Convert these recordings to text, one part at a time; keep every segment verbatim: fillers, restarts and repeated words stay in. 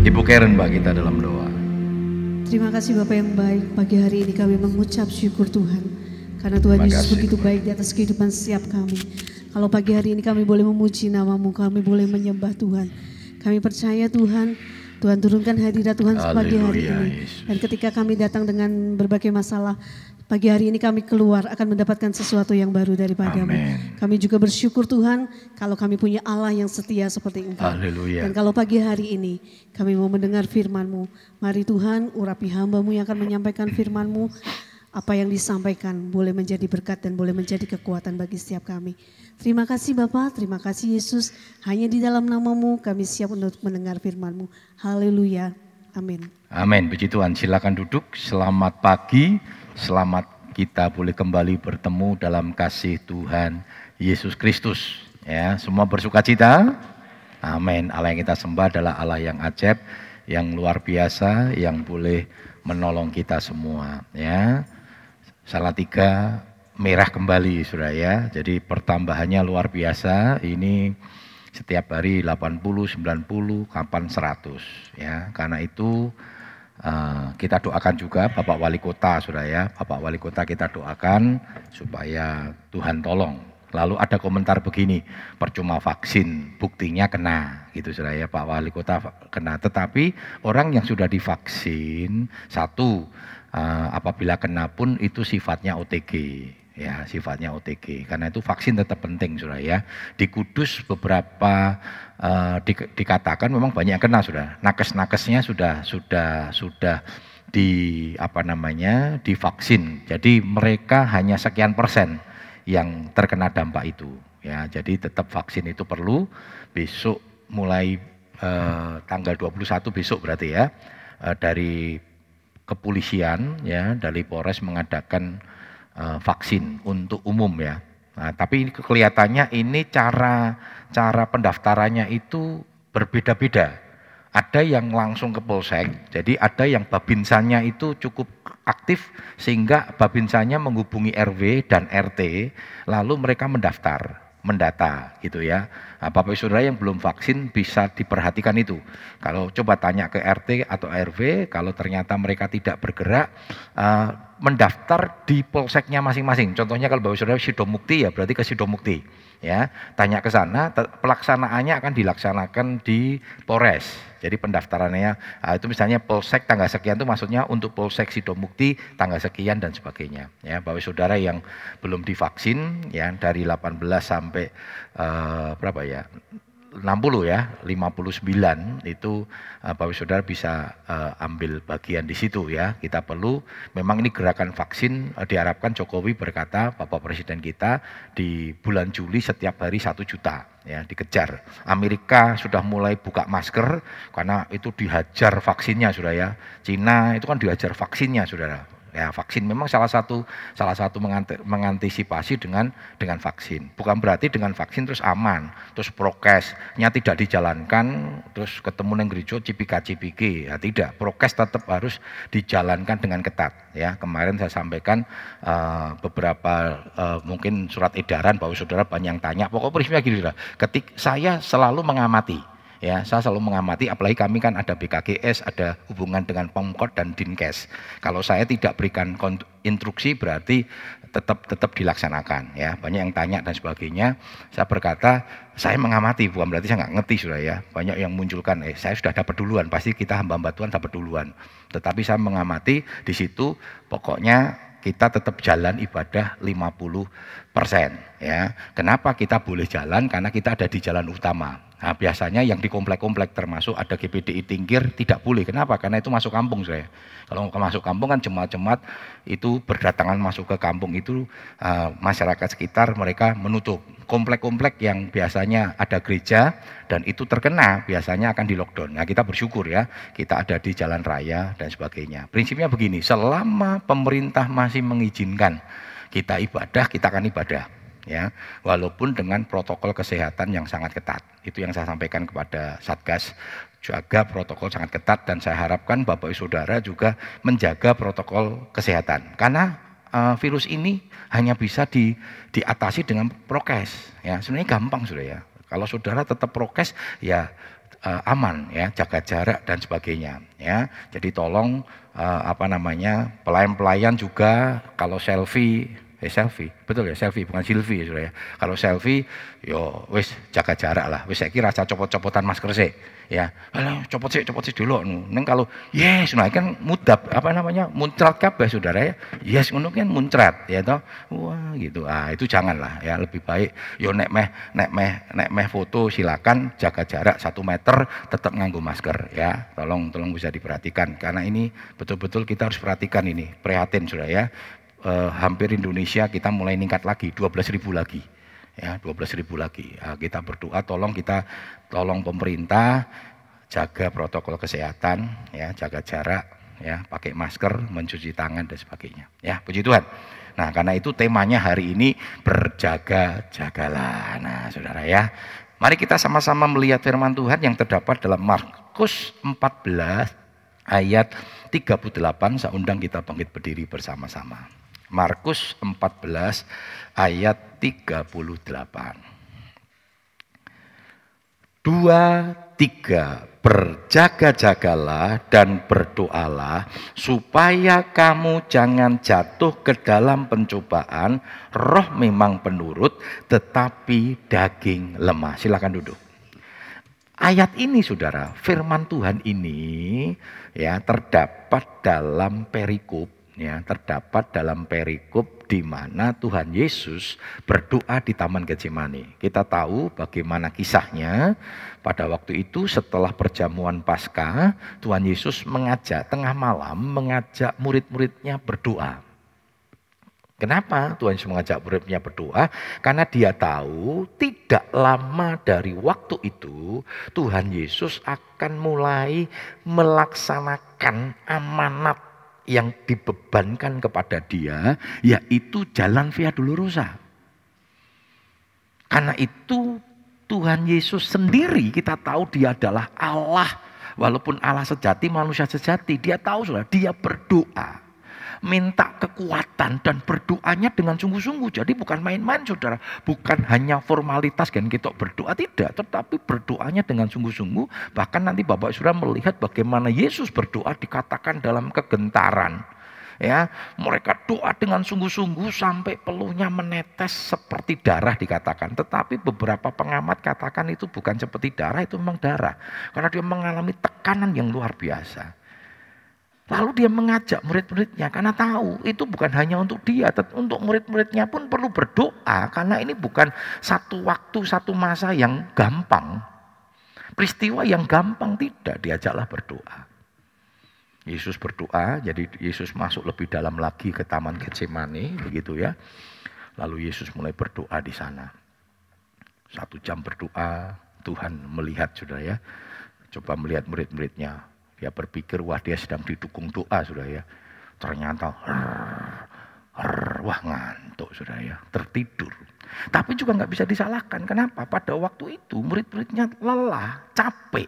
Ibu Karen, Mbak, kita dalam doa. Terima kasih Bapak yang baik, pagi hari ini kami mengucap syukur Tuhan. Karena Tuhan Terima Yesus kasih, begitu Tuhan. baik di atas kehidupan setiap kami. Kalau pagi hari ini kami boleh memuji nama-Mu, kami boleh menyembah Tuhan. Kami percaya Tuhan, Tuhan turunkan hadirat Tuhan pagi hari Haleluya, ini. Yesus. Dan ketika kami datang dengan berbagai masalah, pagi hari ini kami keluar akan mendapatkan sesuatu yang baru daripada-Mu. Amin. Kami juga bersyukur Tuhan kalau kami punya Allah yang setia seperti Engkau. Haleluya. Dan kalau pagi hari ini kami mau mendengar firman-Mu, mari Tuhan urapi hamba-Mu yang akan menyampaikan firman-Mu. Apa yang disampaikan boleh menjadi berkat dan boleh menjadi kekuatan bagi setiap kami. Terima kasih Bapa, terima kasih Yesus. Hanya di dalam nama-Mu kami siap untuk mendengar firman-Mu. Haleluya. Amin. Amin. Puji Tuhan. Silakan duduk. Selamat pagi. Selamat kita boleh kembali bertemu dalam kasih Tuhan Yesus Kristus. Ya, semua bersukacita. Amin. Allah yang kita sembah adalah Allah yang ajaib, yang luar biasa, yang boleh menolong kita semua. Ya, Salatiga merah kembali, saudara ya. Jadi pertambahannya luar biasa. Ini setiap hari delapan puluh, sembilan puluh, kapan seratus. Ya, karena itu Uh, kita doakan juga Bapak Wali Kota, saudara ya. Bapak Wali Kota kita doakan supaya Tuhan tolong. Lalu ada komentar begini, percuma vaksin, buktinya kena, gitu saudara ya. Pak Wali Kota kena, tetapi orang yang sudah divaksin, satu, uh, apabila kena pun itu sifatnya O T G. Ya, sifatnya O T G. Karena itu vaksin tetap penting, saudara ya. Di Kudus beberapa uh, di, dikatakan memang banyak yang kena, saudara. Nakes-nakesnya sudah sudah sudah di apa namanya divaksin. Jadi mereka hanya sekian persen yang terkena dampak itu. Ya, jadi tetap vaksin itu perlu. Besok mulai uh, tanggal dua puluh satu besok berarti ya, uh, dari kepolisian ya, dari Polres mengadakan Uh, vaksin untuk umum ya. Nah, tapi kelihatannya ini cara cara pendaftarannya itu berbeda-beda. Ada yang langsung ke Polsek, jadi ada yang babinsannya itu cukup aktif sehingga babinsannya menghubungi R W dan R T, lalu mereka mendaftar, mendata gitu ya. Nah, Bapak Saudara yang belum vaksin bisa diperhatikan itu. Kalau coba tanya ke R T atau R W, kalau ternyata mereka tidak bergerak, uh, mendaftar di polseknya masing-masing. Contohnya kalau Bapak Saudara Sidomukti ya berarti ke Sidomukti. Ya, tanya ke sana, pelaksanaannya akan dilaksanakan di Polres. Jadi pendaftarannya, nah itu misalnya Polsek tanggal sekian itu maksudnya untuk Polsek Sidomukti tanggal sekian dan sebagainya. Ya, Bapak Saudara yang belum divaksin ya dari delapan belas sampai uh, berapa ya? enam puluh ya, lima puluh sembilan itu uh, Bapak Saudara bisa uh, ambil bagian di situ ya. Kita perlu, memang ini gerakan vaksin uh, diharapkan Jokowi berkata, Bapak Presiden kita di bulan Juli setiap hari satu juta ya dikejar. Amerika sudah mulai buka masker karena itu dihajar vaksinnya, saudara ya. Cina itu kan dihajar vaksinnya, saudara. Ya, vaksin memang salah satu salah satu mengantisipasi dengan dengan vaksin. Bukan berarti dengan vaksin terus aman, terus prokesnya tidak dijalankan, terus ketemu neng gereja cipika-cipiki. Ya tidak, prokes tetap harus dijalankan dengan ketat. Ya, kemarin saya sampaikan uh, beberapa uh, mungkin surat edaran bahwa saudara banyak yang tanya. Pokoknya prinsipnya gini, saudara. Ketik saya selalu mengamati. Ya, saya selalu mengamati, apalagi kami kan ada B K G S, ada hubungan dengan Pemkot dan Dinkes. Kalau saya tidak berikan instruksi berarti tetap tetap dilaksanakan. Ya, banyak yang tanya dan sebagainya. Saya berkata, saya mengamati, bukan berarti saya nggak ngerti, sudah ya. Banyak yang munculkan, eh saya sudah dapat duluan, pasti kita hamba-hamba Tuhan dapat duluan. Tetapi saya mengamati di situ, pokoknya kita tetap jalan ibadah lima puluh persen. Ya, kenapa kita boleh jalan? Karena kita ada di jalan utama. Nah, biasanya yang di komplek-komplek termasuk ada G P D I Tingkir tidak boleh. Kenapa? Karena itu masuk kampung, saya. Kalau masuk kampung kan jemaat-jemaat itu berdatangan masuk ke kampung itu, uh, masyarakat sekitar mereka menutup. Komplek-komplek yang biasanya ada gereja dan itu terkena biasanya akan di lockdown. Nah, kita bersyukur ya, kita ada di jalan raya dan sebagainya. Prinsipnya begini, selama pemerintah masih mengizinkan kita ibadah, kita akan ibadah. Ya, walaupun dengan protokol kesehatan yang sangat ketat. Itu yang saya sampaikan kepada Satgas, jaga protokol sangat ketat dan saya harapkan Bapak Ibu Saudara juga menjaga protokol kesehatan. Karena uh, virus ini hanya bisa di, diatasi dengan prokes. Ya, sebenarnya gampang, Saudara ya. Kalau saudara tetap prokes, ya uh, aman ya, jaga jarak dan sebagainya ya. Jadi tolong uh, apa namanya pelayan-pelayan juga kalau selfie, eh selfie, betul ya selfie bukan selfie ya sudah ya. Kalau selfie, yo wis jaga jarak lah. Wis saiki rasa copot-copotan masker sih. Ya, alah copot sih, copot sih dulu. Neng kalau yes, nah kan mudap apa namanya muncrat kabeh saudara ya. Yes, ngono kan muncrat ya toh. Wah gitu. Ah itu janganlah ya, lebih baik. Yo nek meh nek meh nek meh foto silakan jaga jarak satu meter, tetap nganggo masker ya. Tolong tolong bisa diperhatikan karena ini betul-betul kita harus perhatikan ini. Prihatin saudara ya. Eh, hampir Indonesia kita mulai meningkat lagi, dua belas ribu lagi. Ya, dua belas ribu lagi. Nah, kita berdoa tolong kita tolong pemerintah jaga protokol kesehatan ya, jaga jarak ya, pakai masker, mencuci tangan dan sebagainya. Ya, puji Tuhan. Nah, karena itu temanya hari ini berjaga-jagalah. Nah, Saudara ya. Mari kita sama-sama melihat firman Tuhan yang terdapat dalam Markus empat belas ayat tiga puluh delapan. Saya undang kita bangkit berdiri bersama-sama. Markus empat belas ayat tiga puluh delapan. Dua, tiga, berjaga-jagalah dan berdoalah supaya kamu jangan jatuh ke dalam pencobaan. Roh memang penurut tetapi daging lemah. Silakan duduk. Ayat ini saudara, firman Tuhan ini ya terdapat dalam perikop. Ya, terdapat dalam perikop di mana Tuhan Yesus berdoa di Taman Getsemani. Kita tahu bagaimana kisahnya. Pada waktu itu setelah perjamuan Paskah, Tuhan Yesus mengajak tengah malam mengajak murid-muridnya berdoa. Kenapa Tuhan Yesus mengajak muridnya berdoa? Karena dia tahu tidak lama dari waktu itu Tuhan Yesus akan mulai melaksanakan amanat yang dibebankan kepada dia, yaitu jalan Via Dolorosa. Karena itu Tuhan Yesus sendiri kita tahu dia adalah Allah. Walaupun Allah sejati, manusia sejati. Dia tahu sudah, dia berdoa. Minta kekuatan dan berdoanya dengan sungguh-sungguh. Jadi bukan main-main saudara. Bukan hanya formalitas dan kita berdoa, tidak. Tetapi berdoanya dengan sungguh-sungguh. Bahkan nanti Bapak Saudara melihat bagaimana Yesus berdoa dikatakan dalam kegentaran. Ya, mereka doa dengan sungguh-sungguh sampai peluhnya menetes seperti darah dikatakan. Tetapi beberapa pengamat katakan itu bukan seperti darah, itu memang darah. Karena dia mengalami tekanan yang luar biasa. Lalu dia mengajak murid-muridnya karena tahu itu bukan hanya untuk dia, tetapi untuk murid-muridnya pun perlu berdoa karena ini bukan satu waktu, satu masa yang gampang. Peristiwa yang gampang tidak, diajaklah berdoa. Yesus berdoa, jadi Yesus masuk lebih dalam lagi ke Taman Getsemani, begitu ya. Lalu Yesus mulai berdoa di sana. Satu jam berdoa, Tuhan melihat sudah ya. Coba melihat murid-muridnya. Dia berpikir, wah dia sedang didukung doa sudah ya. Ternyata, rrr, rrr, wah ngantuk sudah ya, tertidur. Tapi juga nggak bisa disalahkan. Kenapa? Pada waktu itu murid-muridnya lelah, capek.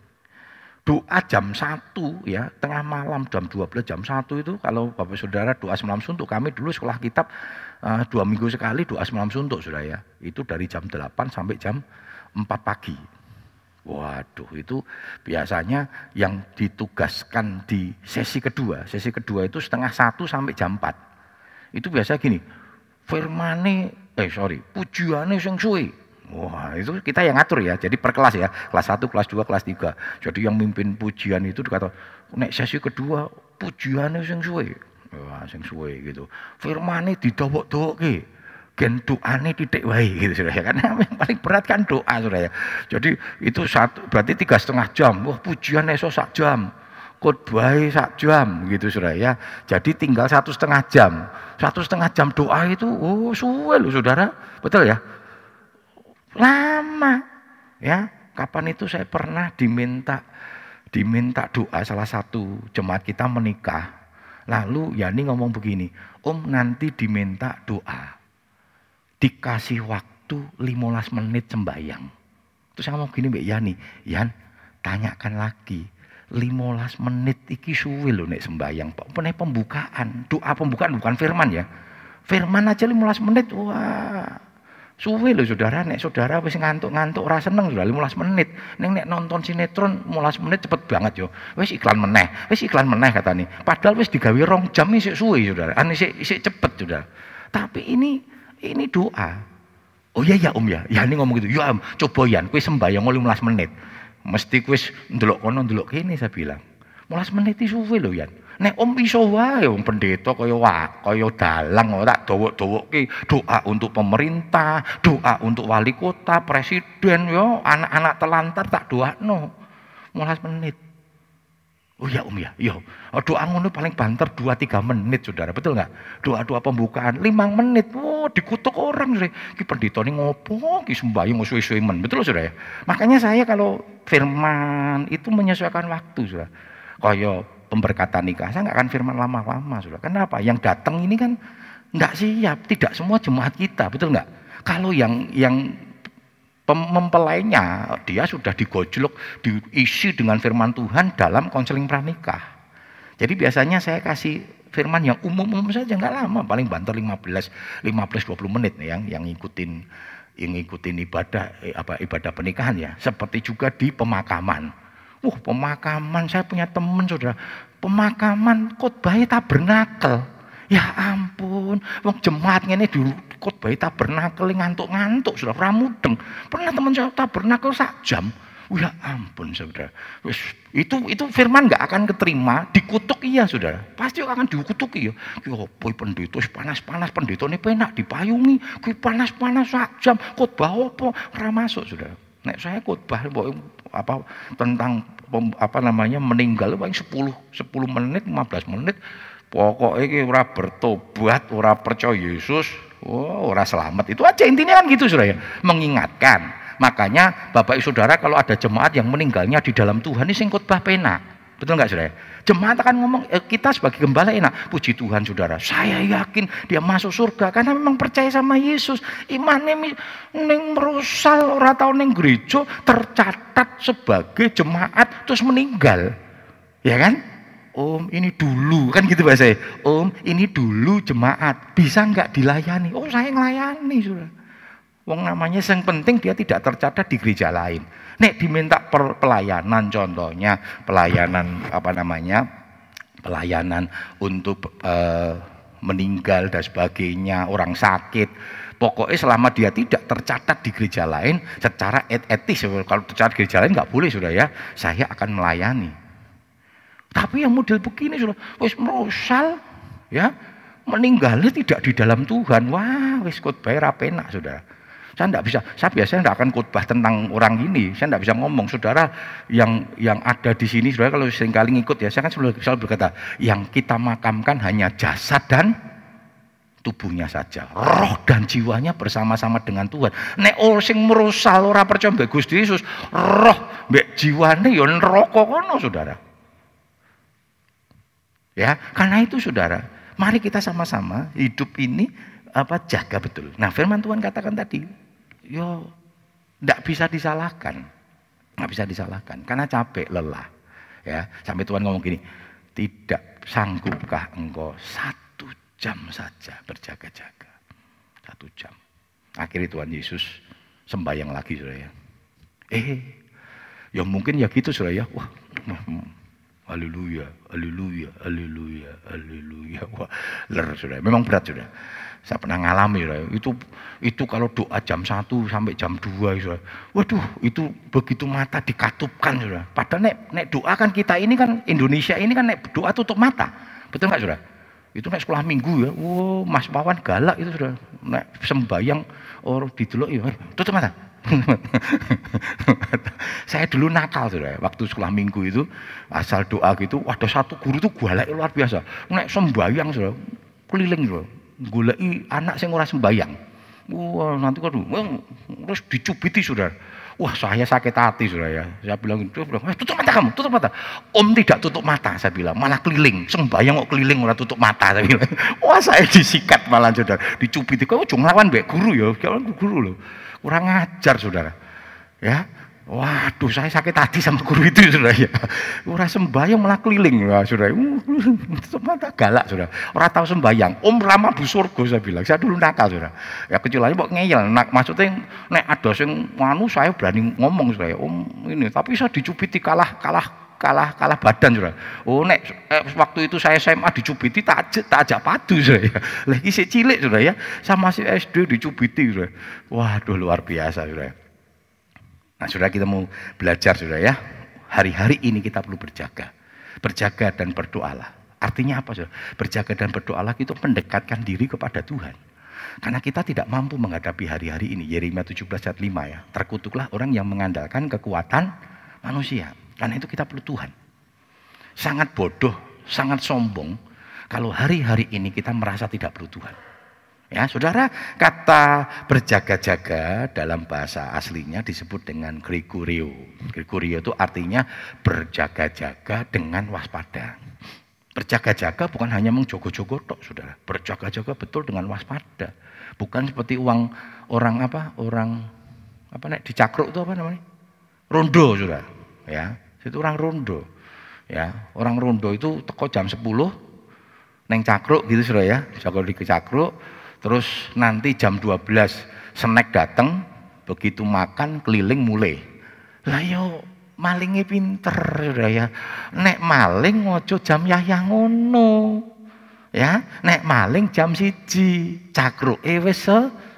Doa jam satu ya, tengah malam jam dua belas, jam satu itu kalau Bapak Saudara doa semalam suntuk. Kami dulu sekolah kitab uh, dua minggu sekali doa semalam suntuk sudah ya. Itu dari jam delapan sampai jam empat pagi. Waduh, itu biasanya yang ditugaskan di sesi kedua. Sesi kedua itu setengah satu sampai jam empat. Itu biasa gini, firmane, eh sorry, pujiane sing suwe. Wah, itu kita yang ngatur ya. Jadi per kelas ya, kelas satu, kelas dua, kelas tiga. Jadi yang mimpin pujian itu dikata, nek sesi kedua pujiane sing suwe. Wah, sing suwe gitu. Firmane didawok-dawokke. Gen doane titik wae gitu sudah ya, karena yang paling berat kan doa sudah ya. Jadi itu satu berarti tiga setengah jam, wah pujian esok sak jam, khotbah sak jam gitu sudah ya. Jadi tinggal satu setengah jam, satu setengah jam doa itu, oh suwe loh saudara, betul ya, lama ya. Kapan itu saya pernah diminta diminta doa salah satu jemaat kita menikah, lalu Yani ngomong begini, Om nanti diminta doa. Dikasih waktu lima belas menit sembahyang. Terus saya ngomong gini Mbak Yani, Yan tanyakan lagi, lima belas menit iki suwe lho nek sembahyang. Pokoknya pembukaan, doa pembukaan bukan firman ya. Firman aja lima belas menit, wah Suwe lho saudara, nek saudara wis ngantuk-ngantuk ora seneng sudah lima belas menit. Ning nek nonton sinetron lima belas menit cepet banget yo. Wis iklan meneh, wis iklan meneh katane. Padahal wis digawe rong jam isih suwe saudara. Ane isih isih cepet saudara. Tapi ini ini doa. Oh iya ya Om ya. Ya ini ngomong gitu. Ya Om, coba Yan kowe sembahyang lima belas menit. Mesti kowe ndelok kono ndelok kene saya bilang. lima belas menit iki suwe lho Yan. Nek Om iso wae wong pendeta kaya wak, kaya dalang ora dawuk-dawukke doa untuk pemerintah, doa untuk wali kota, presiden yo, anak-anak telantar tak doakno. lima belas menit. Oh ya Om ya, yo. Doa ngono paling banter dua tiga menit Saudara, betul enggak? Doa-doa pembukaan lima menit. Oh, dikutuk orang Saudara. Ki pendetane ngopo? Ki sembahyang suwe-suwe men. Betul Saudara ya? Makanya saya kalau firman itu menyesuaikan waktu Saudara. Kaya pemberkatan nikah, saya nggak akan firman lama-lama, sudah. Kenapa? Yang datang ini kan nggak siap, tidak semua jemaat kita, betul nggak? Kalau yang yang mempelainya, dia sudah digojlok, diisi dengan firman Tuhan dalam konseling pranikah. Jadi biasanya saya kasih firman yang umum-umum saja, nggak lama, paling banter lima belas, dua puluh menit yang yang ngikutin yang ngikutin ibadah eh, apa ibadah pernikahan ya. Seperti juga di pemakaman. Wah, uh, pemakaman, saya punya teman Saudara, pemakaman khotbahnya tabernakel. Ya ampun, wong jemaat ngene di khotbah tabernakel ngantuk-ngantuk Saudara, ora mudeng. Pernah teman saya tabernakel sak jam. Oh, ya ampun Saudara. Wis itu itu firman enggak akan keterima, dikutuk iya Saudara. Pasti akan dikutuki ya. Ki opo pendeta wis panas-panas, pendetane penak dipayungi, ki panas-panas sak jam khotbah opo ora masuk Saudara. Nek saya khotbah apa tentang apa namanya meninggal paling sepuluh menit, lima belas menit. Pokoknya iki ora bertobat, ora percaya Yesus, oh, ora selamat. Itu aja intinya kan gitu Saudara ya. Mengingatkan. Makanya Bapak Ibu Saudara kalau ada jemaat yang meninggalnya di dalam Tuhan ini sing khotbah penak. Betul enggak Saudara? Jemaat akan ngomong eh, kita sebagai gembala enak. Puji Tuhan Saudara, saya yakin dia masuk surga karena memang percaya sama Yesus. Imannya ning merusal ora tau ning gereja tercatat sebagai jemaat terus meninggal. Ya kan? Om ini dulu kan gitu bahasa. Om ini dulu jemaat bisa enggak dilayani? Oh saya ngelayani Saudara. Wong namanya yang penting dia tidak tercatat di gereja lain. Nek diminta pelayanan contohnya pelayanan apa namanya pelayanan untuk uh, meninggal dan sebagainya orang sakit. Pokoknya selama dia tidak tercatat di gereja lain secara etis, kalau tercatat di gereja lain nggak boleh Saudara ya. Saya akan melayani. Tapi yang model begini Saudara, wis merusal ya meninggalnya tidak di dalam Tuhan. Wah wis khotbah ra penak Saudara. Saya tidak bisa, saya biasanya tidak akan khotbah tentang orang ini. Saya tidak bisa ngomong, Saudara yang yang ada di sini, Saudara kalau seringkali ngikut ya, saya kan selalu, selalu berkata, yang kita makamkan hanya jasad dan tubuhnya saja. Roh dan jiwanya bersama-sama dengan Tuhan. Nek orang sing merusal ora percaya mbek Gusti Yesus, roh mbek jiwane ya neraka kono, Saudara. Ya, karena itu Saudara, mari kita sama-sama hidup ini apa jaga betul. Nah, firman Tuhan katakan tadi, yo, tidak bisa disalahkan, nggak bisa disalahkan, karena capek, lelah, ya. Sampai Tuhan ngomong gini, tidak sanggupkah engkau satu jam saja berjaga-jaga, satu jam. Akhirnya Tuhan Yesus sembahyang lagi, Saudara ya. Eh, ya mungkin ya gitu, Saudara ya. Wah, haleluya, haleluya, haleluya, haleluya. Wah, ler, Saudara. Memang berat, Saudara. Saya pernah ngalami, Saudara. Itu itu kalau doa jam satu sampai jam dua, Saudara. Waduh, itu begitu mata dikatupkan, Saudara. Padahal nek nek doa kan kita ini kan Indonesia ini kan nek doa tutup mata. Betul enggak, Saudara? Itu nek sekolah minggu ya. Wow, Mas Pawan galak itu, Saudara. Nek sembayang orang didelok ya, tutup mata. Saya dulu nakal Saudara, waktu sekolah minggu itu asal doa gitu, ada satu guru itu galak luar biasa. Nek sembayang Saudara, keliling Saudara. Goleki anak sing ora sembayang. Wah, nanti waduh, terus dicubiti Saudara. Wah, saya sakit hati Saudara ya. Saya bilang itu, eh, tutup mata kamu, tutup mata. Om tidak tutup mata, saya bilang, malah keliling. Sembayang kok keliling ora tutup mata, saya bilang. Wah, saya disikat malah Saudara, dicubiti. Kau ujung lawan mbek guru ya, jangan guru loh. Kurang ajar Saudara. Ya. Waduh, saya sakit hati sama guru itu, saudara ya. Orang sembahyang malah keliling, ya, saudara. Semata galak, saudara. Orang tahu sembahyang. Om Rama Bu Surga, saya bilang. Saya dulu nakal, saudara. Ya kecuali kok ngeyel. Nak, maksudnya, nek ada yang nganu, saya berani ngomong, saudara. Om ini, tapi saya dicubiti kalah, kalah, kalah, kalah badan, saudara. Oh, nek eh, waktu itu saya S M A dicubiti, tak ajak, tak ajak padu, saudara. Lagi si cilik, saudara ya. Sama si S D dicubiti, saudara. Waduh, luar biasa, saudara. Nah, saudara, kita mau belajar, saudara ya. Hari-hari ini kita perlu berjaga. Berjaga dan berdoalah. Artinya apa, saudara? Berjaga dan berdoalah itu mendekatkan diri kepada Tuhan. Karena kita tidak mampu menghadapi hari-hari ini. Yeremia tujuh belas ayat lima ya. Terkutuklah orang yang mengandalkan kekuatan manusia. Karena itu kita perlu Tuhan. Sangat bodoh, sangat sombong kalau hari-hari ini kita merasa tidak perlu Tuhan. Ya, saudara, kata berjaga-jaga dalam bahasa aslinya disebut dengan Gregorio. Gregorio itu artinya berjaga-jaga dengan waspada. Berjaga-jaga bukan hanya mengjogo-jogo tok, saudara. Berjaga-jaga betul dengan waspada. Bukan seperti uang orang apa? Orang apa nek dicakruk itu apa namanya? Rondo, saudara. Ya, itu orang rondo. Ya, orang rondo itu teko jam sepuluh neng cakruk gitu, saudara ya. Jago di cakruk. Terus nanti jam dua belas snack datang, begitu makan keliling mulai. Lah yo malingnya pinter, saudara ya. Nek maling ngojo jam yayah ngono. Ya, nek maling jam siji, cakruk eh wis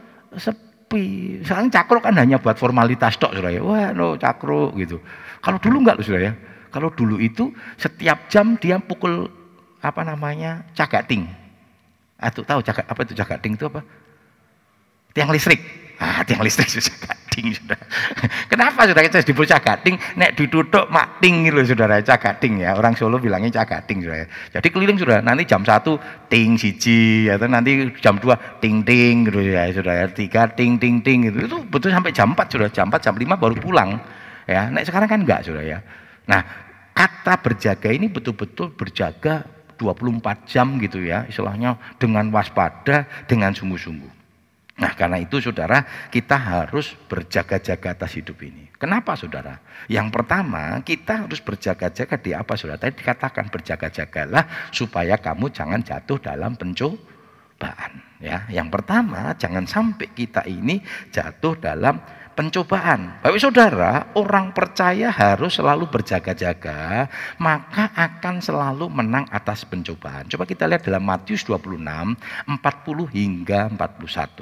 sepi. Soalnya cakruk kan hanya buat formalitas tok, saudara ya. Wah, no cakruk gitu. Kalau dulu enggak loh, saudara ya. Kalau dulu itu setiap jam dia pukul apa namanya? Cagating. Atau tahu cagak apa itu cagating itu apa? Tiang listrik. Ah, tiang listrik itu cagating, saudara. Kenapa saudara kita disebut cagating? Nek ditutup makting gitu, saudara, cagating ya. Orang Solo bilangnya cagating, saudara. Jadi keliling, saudara. Nanti jam satu ting siji, atau nanti jam dua ting ting gitu ya, saudara. Tiga ting ting ting gitu. Itu betul sampai jam empat, saudara. Jam empat, jam lima baru pulang. Ya, nek sekarang kan enggak, saudara ya. Nah, kata berjaga ini betul-betul berjaga dua puluh empat jam gitu ya, istilahnya dengan waspada, dengan sungguh-sungguh. Nah, karena itu saudara, kita harus berjaga-jaga atas hidup ini. Kenapa, saudara? Yang pertama, kita harus berjaga-jaga di apa, saudara? Tadi dikatakan berjaga-jagalah supaya kamu jangan jatuh dalam pencobaan. Ya, yang pertama, jangan sampai kita ini jatuh dalam pencobaan. Bapak saudara, orang percaya harus selalu berjaga-jaga, maka akan selalu menang atas pencobaan. Coba kita lihat dalam Matius dua puluh enam, empat puluh hingga empat puluh satu.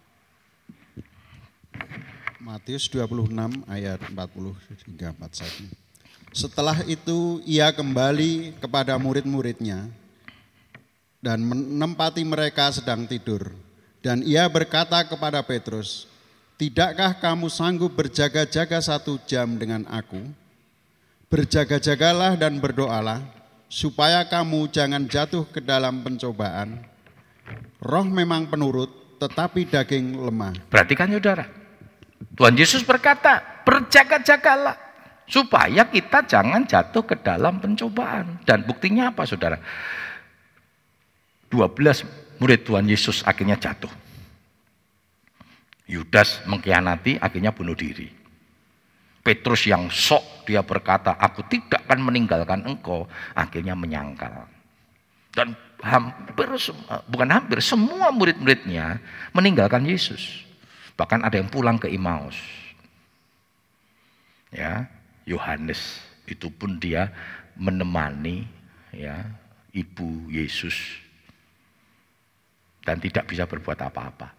Matius dua puluh enam ayat empat puluh hingga empat puluh satu. Setelah itu ia kembali kepada murid-muridnya dan menempati mereka sedang tidur. Dan ia berkata kepada Petrus, "Tidakkah kamu sanggup berjaga-jaga satu jam dengan aku? Berjaga-jagalah dan berdoalah, supaya kamu jangan jatuh ke dalam pencobaan. Roh memang penurut, tetapi daging lemah." Perhatikan, saudara. Tuhan Yesus berkata, berjaga-jagalah, supaya kita jangan jatuh ke dalam pencobaan. Dan buktinya apa, saudara? dua belas murid Tuhan Yesus akhirnya jatuh. Yudas mengkhianati, akhirnya bunuh diri. Petrus yang sok, dia berkata, "Aku tidak akan meninggalkan engkau," akhirnya menyangkal. Dan hampir, bukan hampir, semua murid-muridnya meninggalkan Yesus. Bahkan ada yang pulang ke Emmaus. Ya, Yohanes itu pun dia menemani ya ibu Yesus dan tidak bisa berbuat apa-apa.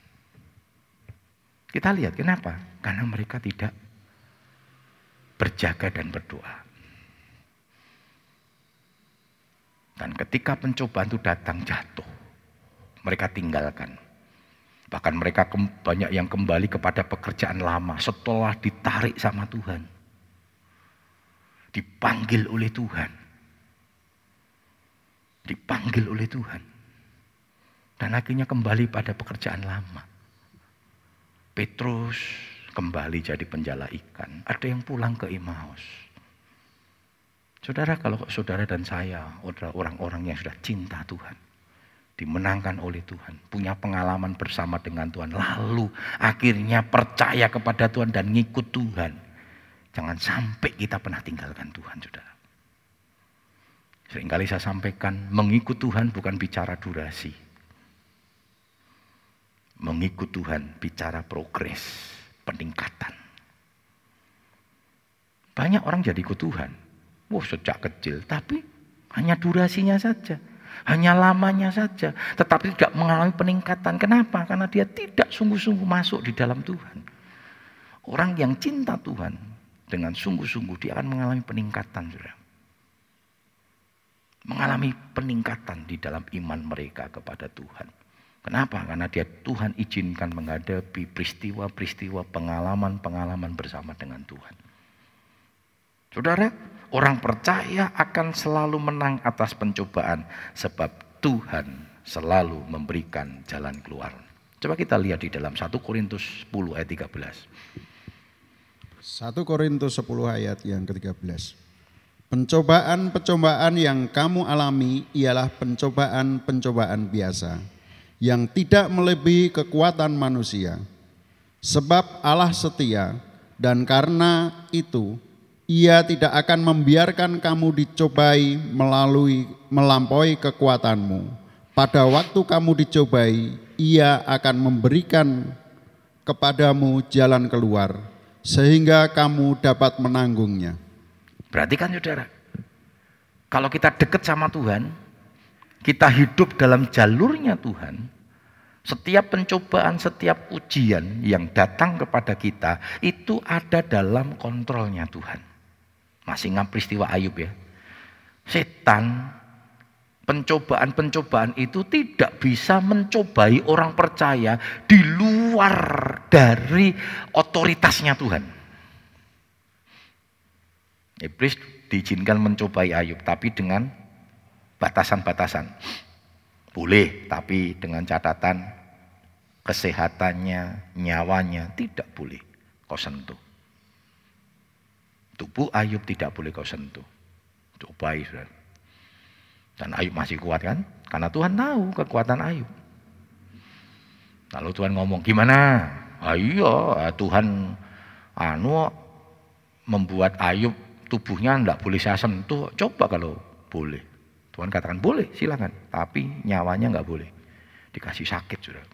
Kita lihat kenapa? Karena mereka tidak berjaga dan berdoa. Dan ketika pencobaan itu datang, jatuh. Mereka tinggalkan. Bahkan mereka banyak yang kembali kepada pekerjaan lama setelah ditarik sama Tuhan. Dipanggil oleh Tuhan. Dipanggil oleh Tuhan. Dan akhirnya kembali pada pekerjaan lama. Petrus kembali jadi penjala ikan. Ada yang pulang ke Emmaus. Saudara, kalau saudara dan saya adalah orang-orang yang sudah cinta Tuhan, dimenangkan oleh Tuhan, punya pengalaman bersama dengan Tuhan, lalu akhirnya percaya kepada Tuhan dan ngikut Tuhan, Jangan sampai kita pernah tinggalkan Tuhan, saudara. Seringkali saya sampaikan, mengikut Tuhan bukan bicara durasi. Mengikut Tuhan bicara progres, peningkatan. Banyak orang jadi ikut Tuhan, wah sejak kecil, tapi hanya durasinya saja. Hanya lamanya saja, tetapi tidak mengalami peningkatan. Kenapa? Karena dia tidak sungguh-sungguh masuk di dalam Tuhan. Orang yang cinta Tuhan dengan sungguh-sungguh dia akan mengalami peningkatan, saudara. Mengalami peningkatan di dalam iman mereka kepada Tuhan. Kenapa? Karena dia Tuhan izinkan menghadapi peristiwa-peristiwa pengalaman-pengalaman bersama dengan Tuhan. Saudara, orang percaya akan selalu menang atas pencobaan sebab Tuhan selalu memberikan jalan keluar. Coba kita lihat di dalam satu Korintus sepuluh ayat tiga belas. satu Korintus sepuluh ayat yang ke tiga belas. Pencobaan-pencobaan yang kamu alami ialah pencobaan-pencobaan biasa yang tidak melebihi kekuatan manusia. Sebab Allah setia dan karena itu Ia tidak akan membiarkan kamu dicobai melalui melampaui kekuatanmu. Pada waktu kamu dicobai, Ia akan memberikan kepadamu jalan keluar, sehingga kamu dapat menanggungnya. Berarti kan saudara, kalau kita dekat sama Tuhan, kita hidup dalam jalurnya Tuhan, setiap pencobaan, setiap ujian yang datang kepada kita, itu ada dalam kontrolnya Tuhan. Masih ingat peristiwa Ayub ya. Setan, pencobaan-pencobaan itu tidak bisa mencobai orang percaya di luar dari otoritasnya Tuhan. Iblis diizinkan mencobai Ayub, tapi dengan batasan-batasan. Boleh, tapi dengan catatan kesehatannya, nyawanya tidak boleh kau sentuh. Tubuh Ayub tidak boleh kau sentuh. Cobai, saudara. Dan Ayub masih kuat kan? Karena Tuhan tahu kekuatan Ayub. Lalu Tuhan ngomong, gimana? Ayo, Tuhan anu membuat Ayub tubuhnya tidak boleh saya sentuh. Coba kalau boleh. Tuhan katakan boleh, silakan. Tapi nyawanya nggak boleh. Dikasih sakit, saudara.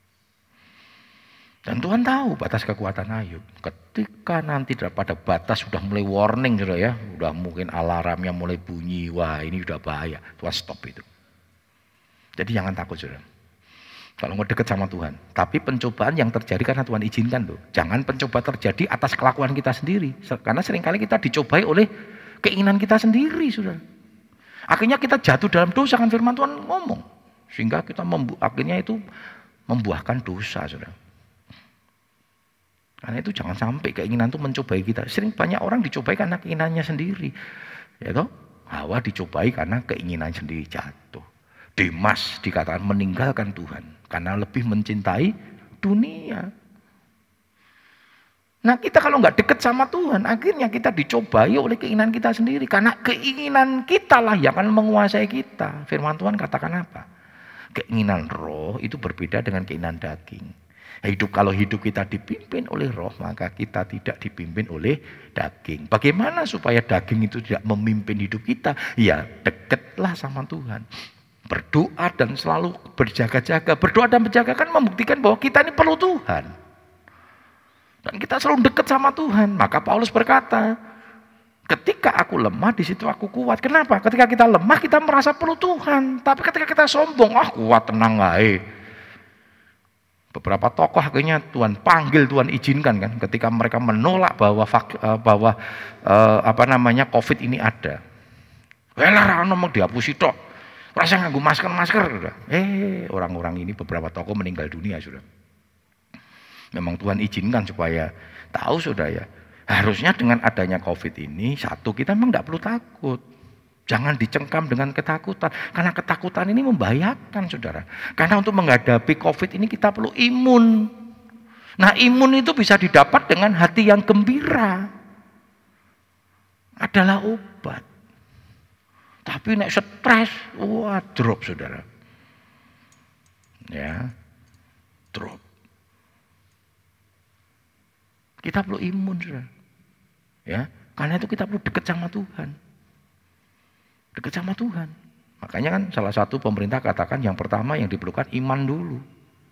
Dan Tuhan tahu batas kekuatan Ayub. Ketika nanti pada batas sudah mulai warning, saudara ya, sudah mungkin alarmnya mulai bunyi, wah ini sudah bahaya. Tuhan stop itu. Jadi jangan takut, saudara. Kalau mau dekat sama Tuhan. Tapi pencobaan yang terjadi karena Tuhan izinkan loh. Jangan pencoba terjadi atas kelakuan kita sendiri. Karena seringkali kita dicobai oleh keinginan kita sendiri, saudara. Akhirnya kita jatuh dalam dosa, kan firman Tuhan ngomong. Sehingga kita membu- akhirnya itu membuahkan dosa, saudara. Karena itu jangan sampai keinginan itu mencobai kita. Sering banyak orang dicobai karena keinginannya sendiri. Ya toh? Hawa dicobai karena keinginan sendiri, jatuh. Demas dikatakan meninggalkan Tuhan karena lebih mencintai dunia. Nah kita kalau nggak dekat sama Tuhan, akhirnya kita dicobai oleh keinginan kita sendiri. Karena keinginan kita lah yang akan menguasai kita. Firman Tuhan katakan apa? Keinginan roh itu berbeda dengan keinginan daging. Hidup kalau hidup kita dipimpin oleh roh, maka kita tidak dipimpin oleh daging. Bagaimana supaya daging itu tidak memimpin hidup kita? Ya dekatlah sama Tuhan. Berdoa dan selalu berjaga-jaga. Berdoa dan berjaga kan membuktikan bahwa kita ini perlu Tuhan. Dan kita selalu dekat sama Tuhan. Maka Paulus berkata, ketika aku lemah, di situ aku kuat. Kenapa? Ketika kita lemah, kita merasa perlu Tuhan. Tapi ketika kita sombong, ah kuat, tenang aja. Beberapa tokoh akhirnya Tuhan panggil, Tuhan izinkan kan, ketika mereka menolak bahwa bahwa eh, apa namanya COVID ini ada. Welah ngomong dihapusi tok. Rasa nganggo masker-masker sudah. Eh, orang-orang ini beberapa tokoh meninggal dunia sudah. Memang Tuhan izinkan supaya tahu sudah ya. Harusnya dengan adanya COVID ini, satu kita memang tidak perlu takut. Jangan dicengkam dengan ketakutan. Karena ketakutan ini membahayakan, saudara. Karena untuk menghadapi COVID ini kita perlu imun. Nah imun itu bisa didapat dengan hati yang gembira. Adalah obat. Tapi nek stres, wah drop, saudara. Ya, drop. Kita perlu imun, saudara. Ya, karena itu kita perlu dekat sama Tuhan. Dekat sama Tuhan. Makanya kan salah satu pemerintah katakan yang pertama yang diperlukan iman dulu.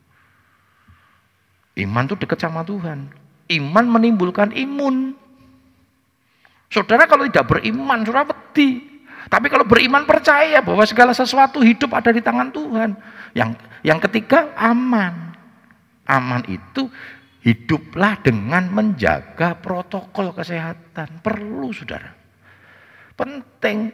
Iman itu dekat sama Tuhan. Iman menimbulkan imun. Saudara kalau tidak beriman, saudara wedi. Tapi kalau beriman percaya bahwa segala sesuatu hidup ada di tangan Tuhan. Yang yang ketiga aman. Aman itu hiduplah dengan menjaga protokol kesehatan. Perlu saudara. Penting.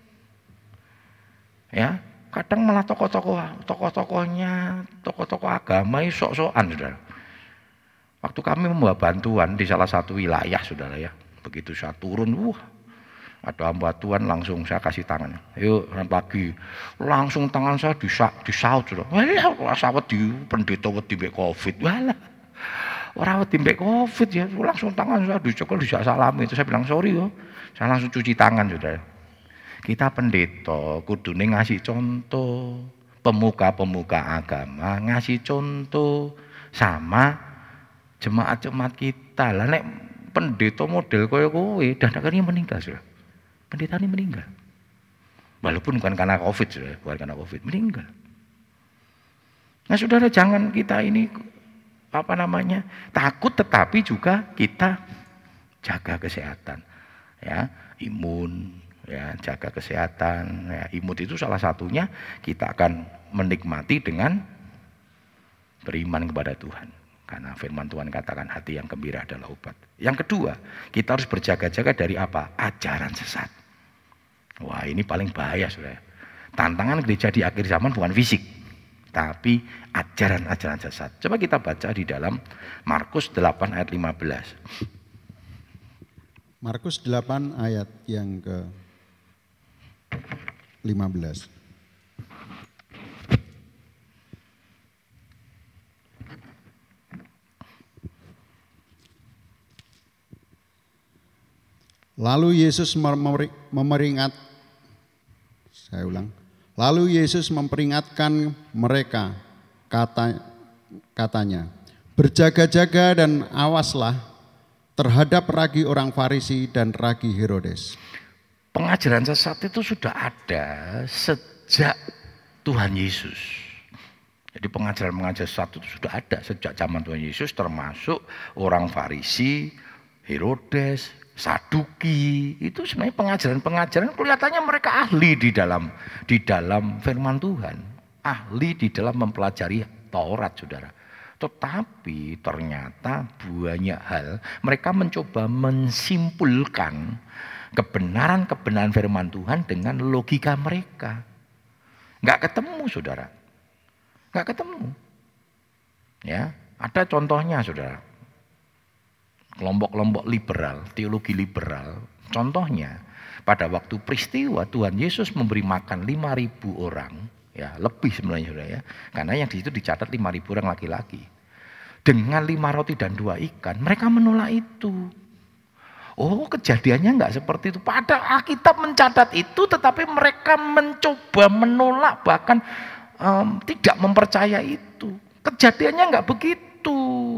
Ya, kadang malah tokoh-tokoh, tokoh-tokohnya, tokoh-tokoh agama sok-sokan saudara. Waktu kami membawa bantuan di salah satu wilayah saudara ya. Begitu saya turun, wah ada bantuan langsung saya kasih tangan. Yuk pagi, langsung tangan saya disak, disaut sudah. Walah, sawet di pendeta wedi mbek Covid. Walah, orang wedi mbek Covid ya, langsung tangan saya dicekel, disak salami. Itu saya bilang sorry yo, saya langsung cuci tangan sudah. Kita pendeta kudune ngasih contoh, pemuka-pemuka agama ngasih contoh sama jemaat-jemaat kita. Lah nek pendeta model kaya kowe dadakannya meninggal sudah. Pendeta ini meninggal. Walaupun bukan karena Covid sudah, bukan karena Covid, meninggal. Nah, saudara jangan kita ini apa namanya? Takut tetapi juga kita jaga kesehatan. Ya, imun, ya, jaga kesehatan. Ya, imun itu salah satunya kita akan menikmati dengan beriman kepada Tuhan. Karena firman Tuhan katakan hati yang gembira adalah obat. Yang kedua, kita harus berjaga-jaga dari apa? Ajaran sesat. Wah, ini paling bahaya saudara. Tantangan gereja di akhir zaman bukan fisik, tapi ajaran-ajaran sesat. Coba kita baca di dalam Markus delapan ayat lima belas. Markus delapan ayat yang ke lima belas. Lalu Yesus memperingat, saya ulang. Lalu Yesus memperingatkan mereka, kata, katanya, berjaga-jaga dan awaslah terhadap ragi orang Farisi dan ragi Herodes. Pengajaran sesat itu sudah ada sejak Tuhan Yesus. Jadi pengajaran-pengajaran sesat itu sudah ada sejak zaman Tuhan Yesus, termasuk orang Farisi, Herodes, Saduki. Itu sebenarnya pengajaran-pengajaran kelihatannya mereka ahli di dalam di dalam firman Tuhan, ahli di dalam mempelajari Taurat, saudara. Tetapi ternyata banyak hal mereka mencoba mensimpulkan kebenaran-kebenaran firman Tuhan dengan logika mereka. Nggak ketemu, saudara. Nggak ketemu. Ya, ada contohnya, saudara. Kelompok-kelompok liberal, teologi liberal. Contohnya, pada waktu peristiwa Tuhan Yesus memberi makan lima ribu orang, ya lebih sebenarnya saudara ya, karena yang di situ dicatat lima ribu orang laki-laki. Dengan lima roti dan dua ikan, mereka menolak itu. Oh, kejadiannya enggak seperti itu. Pada Alkitab mencatat itu, tetapi mereka mencoba menolak, bahkan um, tidak mempercaya itu. Kejadiannya enggak begitu.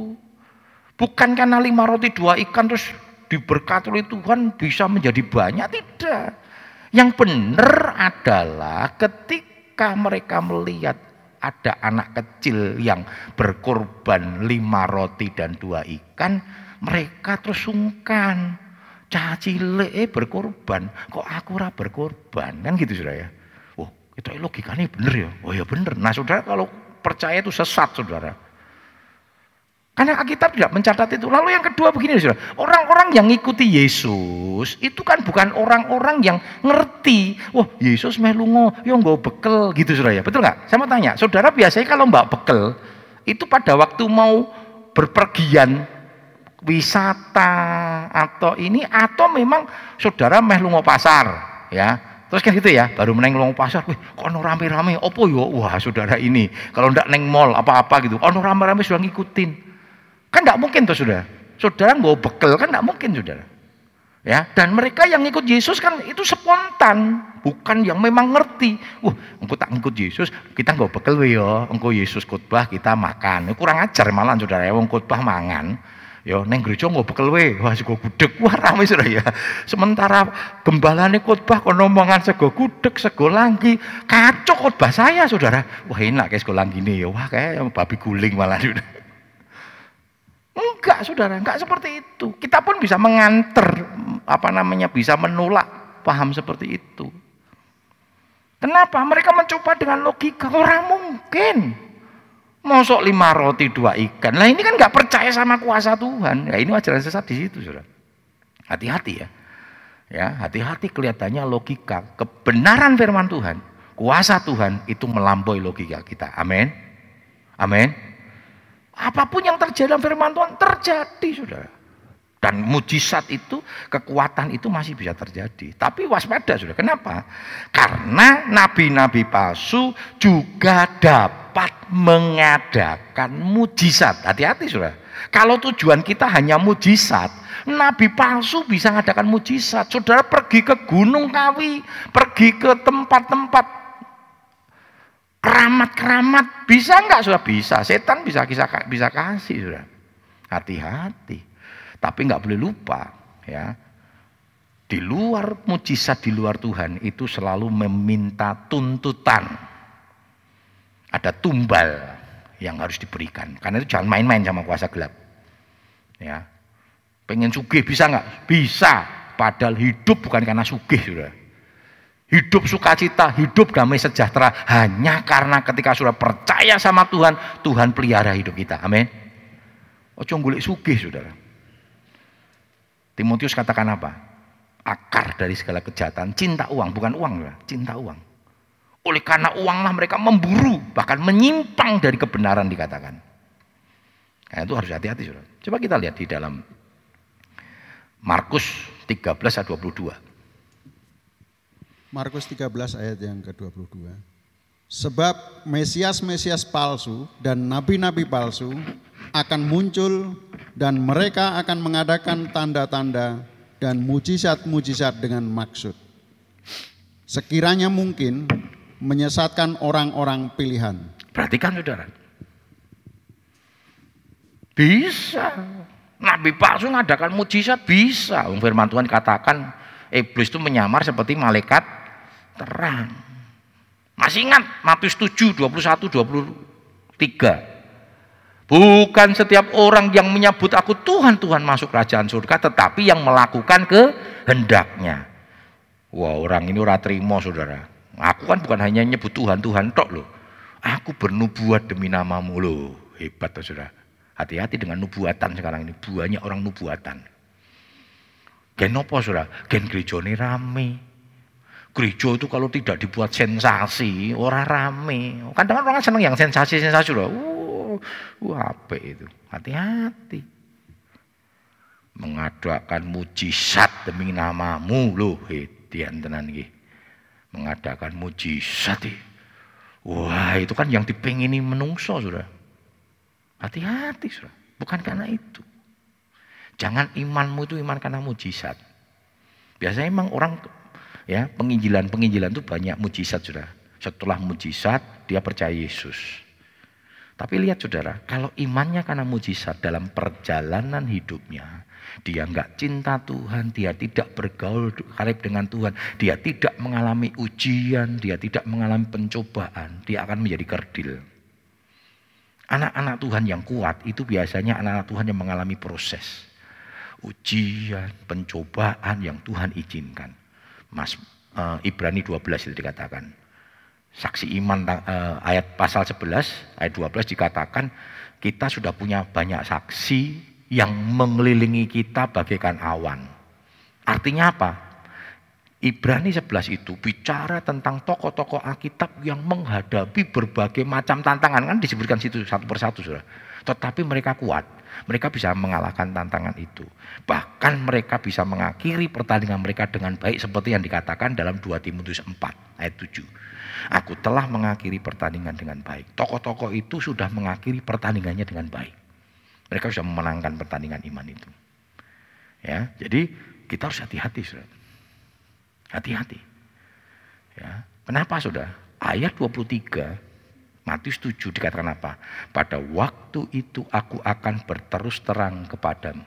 Bukan karena lima roti dua ikan terus diberkati oleh Tuhan bisa menjadi banyak, tidak. Yang benar adalah ketika mereka melihat ada anak kecil yang berkorban lima roti dan dua ikan, mereka terus sungkan. Cah cilik eh berkorban, kok aku ora berkorban, kan gitu saudara ya. Oh, itu logikanya benar ya. Oh ya benar. Nah saudara, kalau percaya itu sesat saudara. Karena Alkitab tidak mencatat itu. Lalu yang kedua begini saudara, orang-orang yang ngikuti Yesus itu kan bukan orang-orang yang ngerti. Wah, Yesus meh lunga, yo nggo bekel gitu saudara ya. Betul nggak? Saya mau tanya, saudara biasanya kalau mbak bekel itu pada waktu mau berpergian wisata atau ini, atau memang saudara meh lunga pasar ya. Terus kan gitu ya, baru meneng lunga pasar, wih kok ono rame-rame, opo yo? Wah saudara ini, kalau ndak neng mall apa-apa gitu, ono rame-rame sudah ngikutin. Kan enggak mungkin tuh saudara. Saudara nggak bekel kan enggak mungkin saudara. Ya, dan mereka yang ngikut Yesus kan itu spontan, bukan yang memang ngerti. Wah, engkau tak ngikut Yesus, kita nggak bekel ya. Engkau Yesus khotbah kita makan. Kurang ajar malah saudara ya, wong khotbah mangan. Ya neng gereja nggak bekel we, wah sego gudeg, wah rame sudah ya. Sementara gembalane khotbah kono omongan sego gudeg, sego langgi, kacau khotbah saya saudara. Wah enak kayak sego langgi nih ya, wah kayak babi guling malah sudah. Enggak saudara, enggak seperti itu. Kita pun bisa mengantar, apa namanya, bisa menolak paham seperti itu. Kenapa? Mereka mencoba dengan logika, orang mungkin. Mosok lima roti dua ikan. Nah ini kan nggak percaya sama kuasa Tuhan. Ya ini ajaran sesat di situ, saudara. Hati-hati ya. Ya, hati-hati kelihatannya logika, kebenaran firman Tuhan, kuasa Tuhan itu melampaui logika kita. Amin. Amin. Apapun yang terjadi dalam firman Tuhan terjadi, saudara. Dan mujizat itu, kekuatan itu masih bisa terjadi. Tapi waspada, saudara. Kenapa? Karena nabi-nabi palsu juga dapat mengadakan mujizat. Hati-hati, saudara. Kalau tujuan kita hanya mujizat, nabi palsu bisa mengadakan mujizat. Saudara pergi ke Gunung Kawi, pergi ke tempat-tempat keramat-keramat, bisa enggak, saudara? Bisa. Setan bisa bisa, bisa kasih, saudara. Hati-hati. Tapi nggak boleh lupa, ya, di luar mujizat, di luar Tuhan itu selalu meminta tuntutan. Ada tumbal yang harus diberikan. Karena itu jangan main-main sama kuasa gelap. Ya, pengen sugih bisa nggak? Bisa. Padahal hidup bukan karena sugih, sudah. Hidup sukacita, hidup damai sejahtera hanya karena ketika sudah percaya sama Tuhan, Tuhan pelihara hidup kita. Amin. Ojo golek sugih, saudara. Timotius katakan apa? Akar dari segala kejahatan, cinta uang, bukan uang, cinta uang. Oleh karena uanglah mereka memburu, bahkan menyimpang dari kebenaran dikatakan. Nah, itu harus hati-hati, saudara. Coba kita lihat di dalam Markus tiga belas ayat dua puluh dua. Markus tiga belas ayat yang ke dua puluh dua. Sebab Mesias-Mesias palsu dan nabi-nabi palsu akan muncul dan mereka akan mengadakan tanda-tanda dan mujizat-mujizat dengan maksud sekiranya mungkin menyesatkan orang-orang pilihan. Perhatikan, saudara. Bisa. Nabi palsu mengadakan mujizat, bisa. Firman Tuhan katakan iblis itu menyamar seperti malaikat terang. Masih ingat Matius tujuh, dua puluh satu, dua puluh tiga. Bukan setiap orang yang menyebut aku Tuhan, Tuhan masuk kerajaan surga, tetapi yang melakukan kehendaknya. Wah, orang ini ora terima, saudara. Aku kan bukan hanya nyebut Tuhan, Tuhan tok loh. Aku bernubuat demi namamu loh. Hebat, saudara. Hati-hati dengan nubuatan sekarang ini. Banyak orang nubuatan. Gen apa, saudara? Gen gerejane rame. Gereja itu kalau tidak dibuat sensasi, orang rame. Kadang orang senang yang sensasi-sensasi loh. Uh, uh, apa itu? Hati-hati. Mengadakan mujizat demi namamu loh, hedian tenan iki. Mengadakan mujizat. Wah, itu kan yang dipengini menungso, saudara. Hati-hati, saudara. Bukan karena itu. Jangan imanmu itu iman karena mujizat. Biasanya emang orang, ya, penginjilan-penginjilan itu banyak mujizat, saudara. Setelah mujizat dia percaya Yesus. Tapi lihat, saudara, kalau imannya karena mujizat dalam perjalanan hidupnya, dia enggak cinta Tuhan, dia tidak bergaul karib dengan Tuhan, dia tidak mengalami ujian, dia tidak mengalami pencobaan, dia akan menjadi kerdil. Anak-anak Tuhan yang kuat itu biasanya anak-anak Tuhan yang mengalami proses ujian, pencobaan yang Tuhan izinkan. Mas uh, Ibrani dua belas itu dikatakan. Saksi iman uh, ayat pasal sebelas ayat dua belas dikatakan kita sudah punya banyak saksi yang mengelilingi kita bagaikan awan. Artinya apa? Ibrani sebelas itu bicara tentang tokoh-tokoh Alkitab yang menghadapi berbagai macam tantangan, kan disebutkan situ satu persatu, saudara. Tetapi mereka kuat, mereka bisa mengalahkan tantangan itu. Bahkan mereka bisa mengakhiri pertandingan mereka dengan baik seperti yang dikatakan dalam dua Timotius empat ayat tujuh. Aku telah mengakhiri pertandingan dengan baik. Tokoh-tokoh itu sudah mengakhiri pertandingannya dengan baik. Mereka sudah memenangkan pertandingan iman itu. Ya, jadi kita harus hati-hati, saudara. Hati-hati. Ya, kenapa, saudara? Ayat dua puluh tiga Matius tujuh dikatakan apa? Pada waktu itu aku akan berterus terang kepadamu.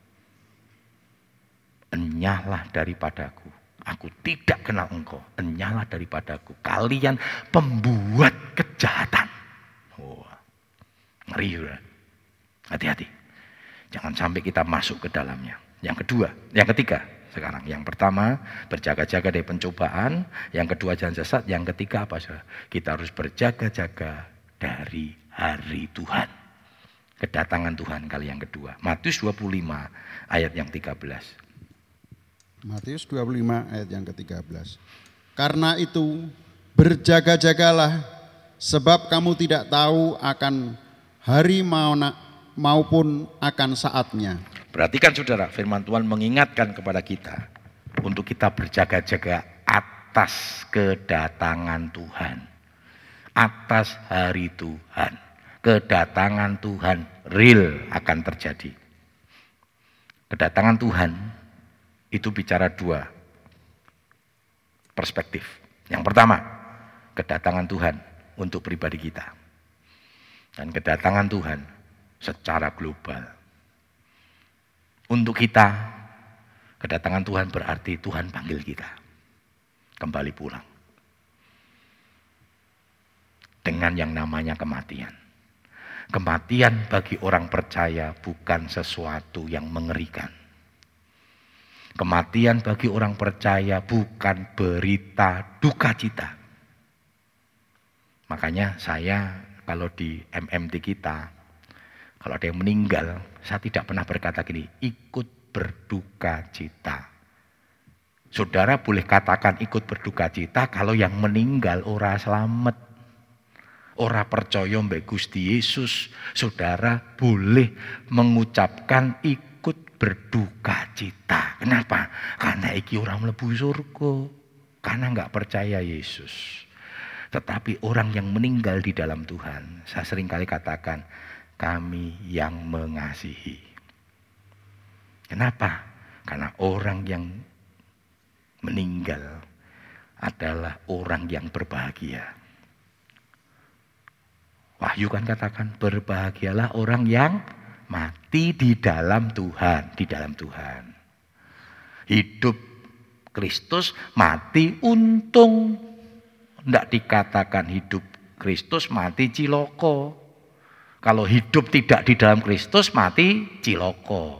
Enyahlah daripadaku. Aku tidak kenal engkau. Enyahlah daripadaku. Kalian pembuat kejahatan. Wah, ngeri sudah. Hati-hati. Jangan sampai kita masuk ke dalamnya. Yang kedua, yang ketiga sekarang. Yang pertama, berjaga-jaga dari pencobaan. Yang kedua, jangan sesat. Yang ketiga apa saudara? Kita harus berjaga-jaga dari hari Tuhan. Kedatangan Tuhan kali yang kedua. Matius dua puluh lima ayat yang tiga belas. Matius dua puluh lima ayat yang ketiga belas. Karena itu berjaga-jagalah, sebab kamu tidak tahu akan hari maupun akan saatnya. Perhatikan saudara, firman Tuhan mengingatkan kepada kita untuk kita berjaga-jaga atas kedatangan Tuhan. Atas hari Tuhan. Kedatangan Tuhan real akan terjadi. Kedatangan Tuhan itu bicara dua perspektif. Yang pertama, kedatangan Tuhan untuk pribadi kita. Dan kedatangan Tuhan secara global. Untuk kita, kedatangan Tuhan berarti Tuhan panggil kita kembali pulang. Dengan yang namanya kematian. Kematian bagi orang percaya bukan sesuatu yang mengerikan. Kematian bagi orang percaya bukan berita duka cita. Makanya saya kalau di M M T kita, kalau ada yang meninggal, saya tidak pernah berkata gini, ikut berduka cita. Saudara boleh katakan ikut berduka cita kalau yang meninggal ora selamat. Ora percaya mbek Gusti Yesus, saudara boleh mengucapkan ikut berduka cita. Kenapa? Karena iki orang mlebu surga. Karena enggak percaya Yesus. Tetapi orang yang meninggal di dalam Tuhan, saya sering kali katakan, kami yang mengasihi. Kenapa? Karena orang yang meninggal adalah orang yang berbahagia. Wahyu kan katakan, berbahagialah orang yang mati di dalam Tuhan, di dalam Tuhan. Hidup Kristus, mati untung. Tidak dikatakan hidup Kristus, mati ciloko. Kalau hidup tidak di dalam Kristus, mati ciloko.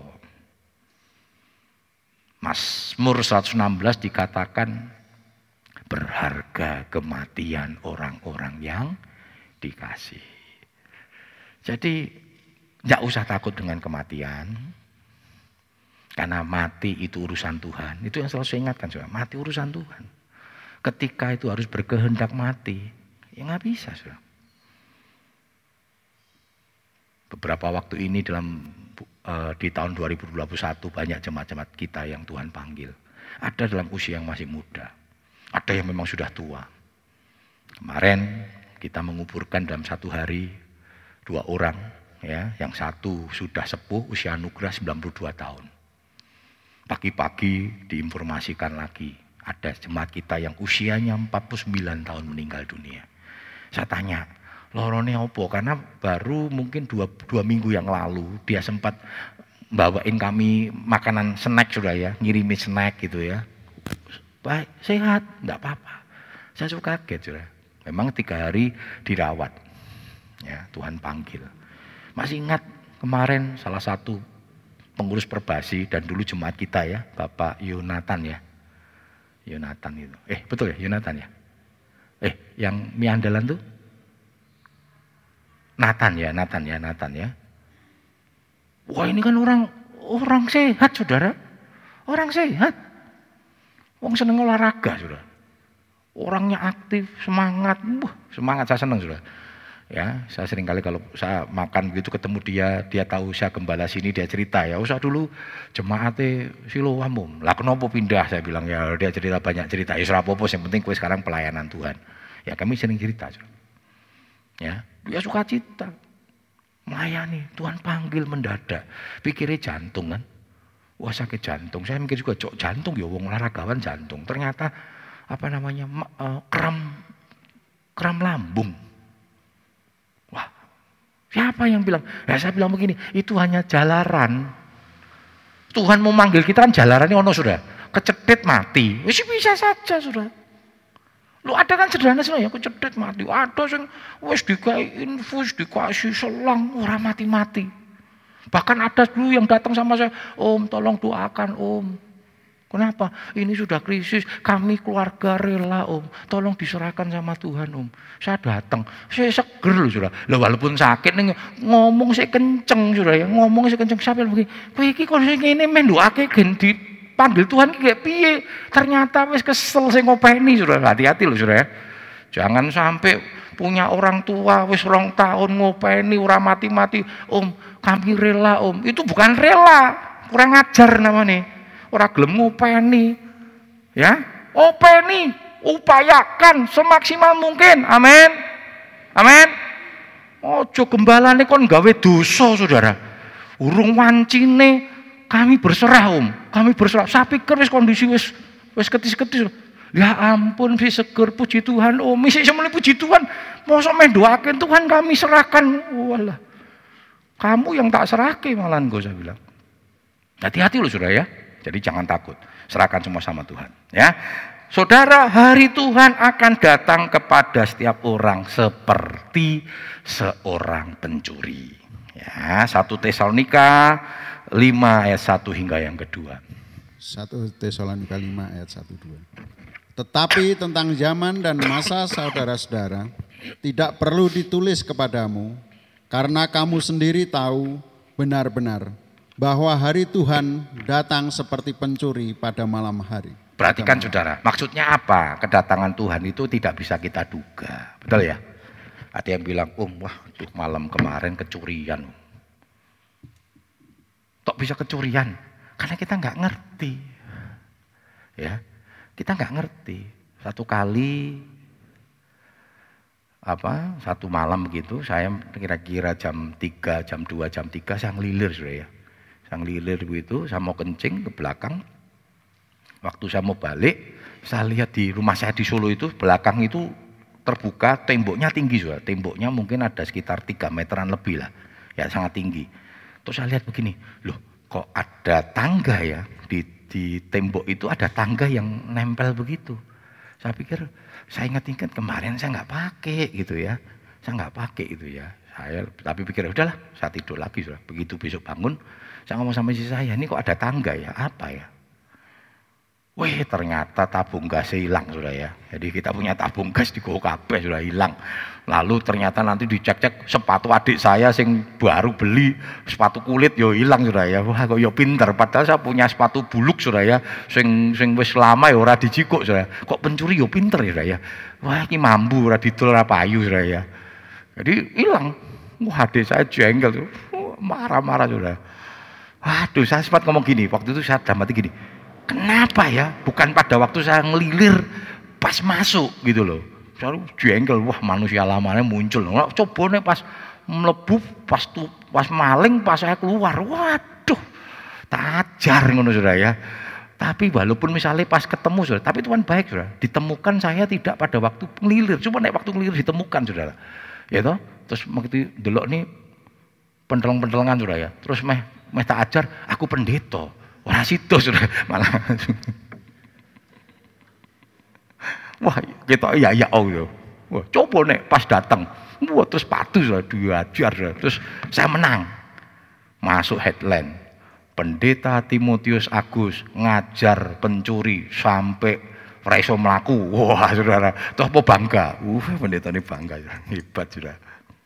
Mazmur seratus enam belas dikatakan, berharga kematian orang-orang yang dikasih. Jadi tidak usah takut dengan kematian. Karena mati itu urusan Tuhan. Itu yang selalu saya ingatkan, saudara. Mati urusan Tuhan. Ketika itu harus berkehendak mati, ya nggak bisa, saudara. Beberapa waktu ini dalam uh, di tahun dua ribu dua puluh satu banyak jemaat-jemaat kita yang Tuhan panggil. Ada dalam usia yang masih muda. Ada yang memang sudah tua. Kemarin kita menguburkan dalam satu hari dua orang, ya, yang satu sudah sepuh usia anugerah sembilan puluh dua tahun. Pagi-pagi diinformasikan lagi ada jemaat kita yang usianya empat puluh sembilan tahun meninggal dunia. Saya tanya, lorone opo? Karena baru mungkin dua, dua minggu yang lalu dia sempat bawain kami makanan snack sudah ya, ngirimin snack gitu ya. Baik, sehat, enggak apa-apa. Saya suka kaget sudah. Memang tiga hari dirawat, ya Tuhan panggil. Masih ingat kemarin salah satu pengurus Perbasi dan dulu jemaat kita ya, Bapak Yonatan ya, Yonatan itu. Eh betul ya Yonatan ya. Eh yang mie andalan tuh Nathan ya, Nathan ya, Nathan ya. Wah ini kan orang orang sehat saudara, orang sehat. Wong seneng olahraga saudara. Orangnya aktif, semangat, wah, semangat saya senang sudah. Ya, saya sering kali kalau saya makan begitu ketemu dia, dia tahu saya gembala sini, dia cerita ya, usah dulu jemaate Siloam. Lah kenapa pindah? Saya bilang ya dia cerita banyak cerita. Ya ora apa-apa, yang penting kowe sekarang pelayanan Tuhan. Ya kami sering cerita. Ya, dia suka cita. Melayani, Tuhan panggil mendadak. Pikirnya jantung kan. Wah sakit jantung. Saya mikir juga cok jantung ya wong olahragawan jantung. Ternyata apa namanya uh, kram kram lambung. Siapa yang bilang? Ya saya bilang begini, itu hanya jalaran. Tuhan mau manggil kita kan jalarannya ono sudah. Kecedit mati. Wis bisa saja sudah. Lu ada kan sederhana sih ya, kecedit mati. Ada sing wis dikai infus, dikasih selang ora mati-mati. Bahkan ada dulu yang datang sama saya, "Om, tolong doakan, Om." Kenapa? Ini sudah krisis, kami keluarga rela Om, tolong diserahkan sama Tuhan Om. Saya datang, saya seger loh sudah. Loh walaupun sakit nih, ngomong saya kenceng sudah ya, ngomong saya kenceng sampai begini. Kowe iki kok sing ngene men doake gen dipanggil Tuhan iki kayak piye? Ternyata wis kesel saya ngopeni sudah. Hati-hati loh sudah ya. Jangan sampai punya orang tua wis rong tahun ngopeni ora mati-mati, "Om, kami rela Om." Itu bukan rela, kurang ajar namanya. Ora gelem ngopeni. Ya, openi, upayakan semaksimal mungkin. Amin. Amin. Ojo gembalane kon gawe dosa, Saudara. Urung wancine kami berserah, Om. Kami berserah. Saya pikir wis kondisi wis wis ketis-ketis. Ya ampun, si seger, puji Tuhan, Om. Isih semene puji Tuhan. Mosok meh doaken Tuhan kami serahkan. Walah. Kamu yang tak serahke malahan gue saya bilang. Hati-hati loh Saudara ya. Jadi jangan takut, serahkan semua sama Tuhan. Ya, Saudara, hari Tuhan akan datang kepada setiap orang seperti seorang pencuri. Ya, satu Tesalonika lima ayat satu hingga yang kedua. satu Tesalonika lima ayat satu dua. Tetapi tentang zaman dan masa saudara-saudara tidak perlu ditulis kepadamu, karena kamu sendiri tahu benar-benar bahwa hari Tuhan datang seperti pencuri pada malam hari. Perhatikan Saudara, maksudnya apa? Kedatangan Tuhan itu tidak bisa kita duga. Betul ya? Ada yang bilang, "Om, wah tuh malam kemarin kecurian." Tok bisa kecurian? Karena kita nggak ngerti. Ya, kita nggak ngerti. Satu kali apa? Satu malam begitu, saya kira-kira jam tiga, jam dua, jam tiga saya ngelilir Saudara ya. Saya ngelilir begitu, saya mau kencing ke belakang. Waktu saya mau balik, saya lihat di rumah saya di Solo itu, belakang itu terbuka, temboknya tinggi Saudara. Temboknya mungkin ada sekitar tiga meteran lebih lah. Ya sangat tinggi. Terus saya lihat begini, loh kok ada tangga ya, di, di tembok itu ada tangga yang nempel begitu. Saya pikir, saya ingat-ingat kemarin saya nggak pakai gitu ya. Saya nggak pakai itu ya. Saya tapi pikir udahlah, saya tidur lagi Saudara. Begitu besok bangun, saya ngomong sama istri saya, ini kok ada tangga ya, apa ya? Wih ternyata tabung gasnya hilang Saudara ya. Jadi kita punya tabung gas di Go K B sudah hilang. Lalu ternyata nanti dicek-cek sepatu adik saya sing baru beli, sepatu kulit yo hilang Saudara ya. Wah kok yo pinter, padahal saya punya sepatu buluk Saudara ya. Sing sing wis lama ya ora dijikuk Saudara. Kok pencuri yo pinter ya Saudara ya. Wah iki mambu ora didol ora payu Saudara ya. Jadi hilang. Wah adik saya jengkel tuh. Marah-marah Saudara. Waduh, saya sempat ngomong gini, waktu itu saya dalam hati gini, kenapa ya, bukan pada waktu saya ngelilir pas masuk gitu loh. Saya jengkel, wah manusia lamanya muncul. Nah, coba nih pas melebu, pas tuh, pas maling, pas saya keluar, waduh, tajar ngono Saudara ya. Tapi walaupun misalnya pas ketemu Saudara, tapi Tuhan baik Saudara, ditemukan saya tidak pada waktu ngelilir, cuma nek waktu ngelilir ditemukan Saudara. Ya toh, terus begitu delok nih pendeleng-pendelengan Saudara ya. Terus meh meh tak ajar, aku pendeta. Ora sido Saudara, malah. Wah, kita ya ya oh yo. Wah, coba nek pas datang. Wah, terus patu Saudara diajar Saudara. Terus saya menang. Masuk headline. Pendeta Timotius Agus ngajar pencuri sampai ora iso mlaku. Wah, Saudara, terus apa bangga? Uh, pendeta ini bangga, hebat Saudara.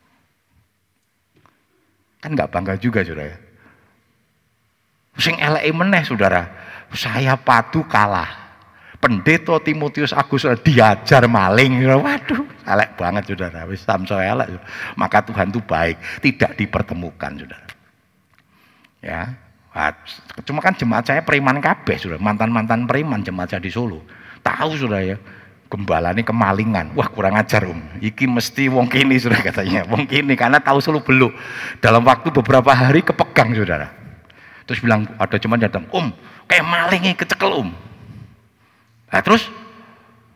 Kan enggak bangga juga Saudara ya. Sing eleke meneh Saudara, saya padu kalah. Pendeta Timotius Agus diajar maling. Waduh, elek banget Saudara. Wis samso elek. Maka Tuhan itu baik, tidak dipertemukan Saudara. Ya. Cuma kan jemaat saya preman kabeh Saudara, mantan-mantan preman jemaat saya di Solo. Tahu Saudara ya, gembalane kemalingan. Wah, kurang ajar Om. Iki mesti wong kene Saudara katanya. Wong kene karena tahu Solo beluk. Dalam waktu beberapa hari kepegang Saudara. Terus bilang, ada cuman datang, "Om, kayak malingnya kecekel Om." Nah, terus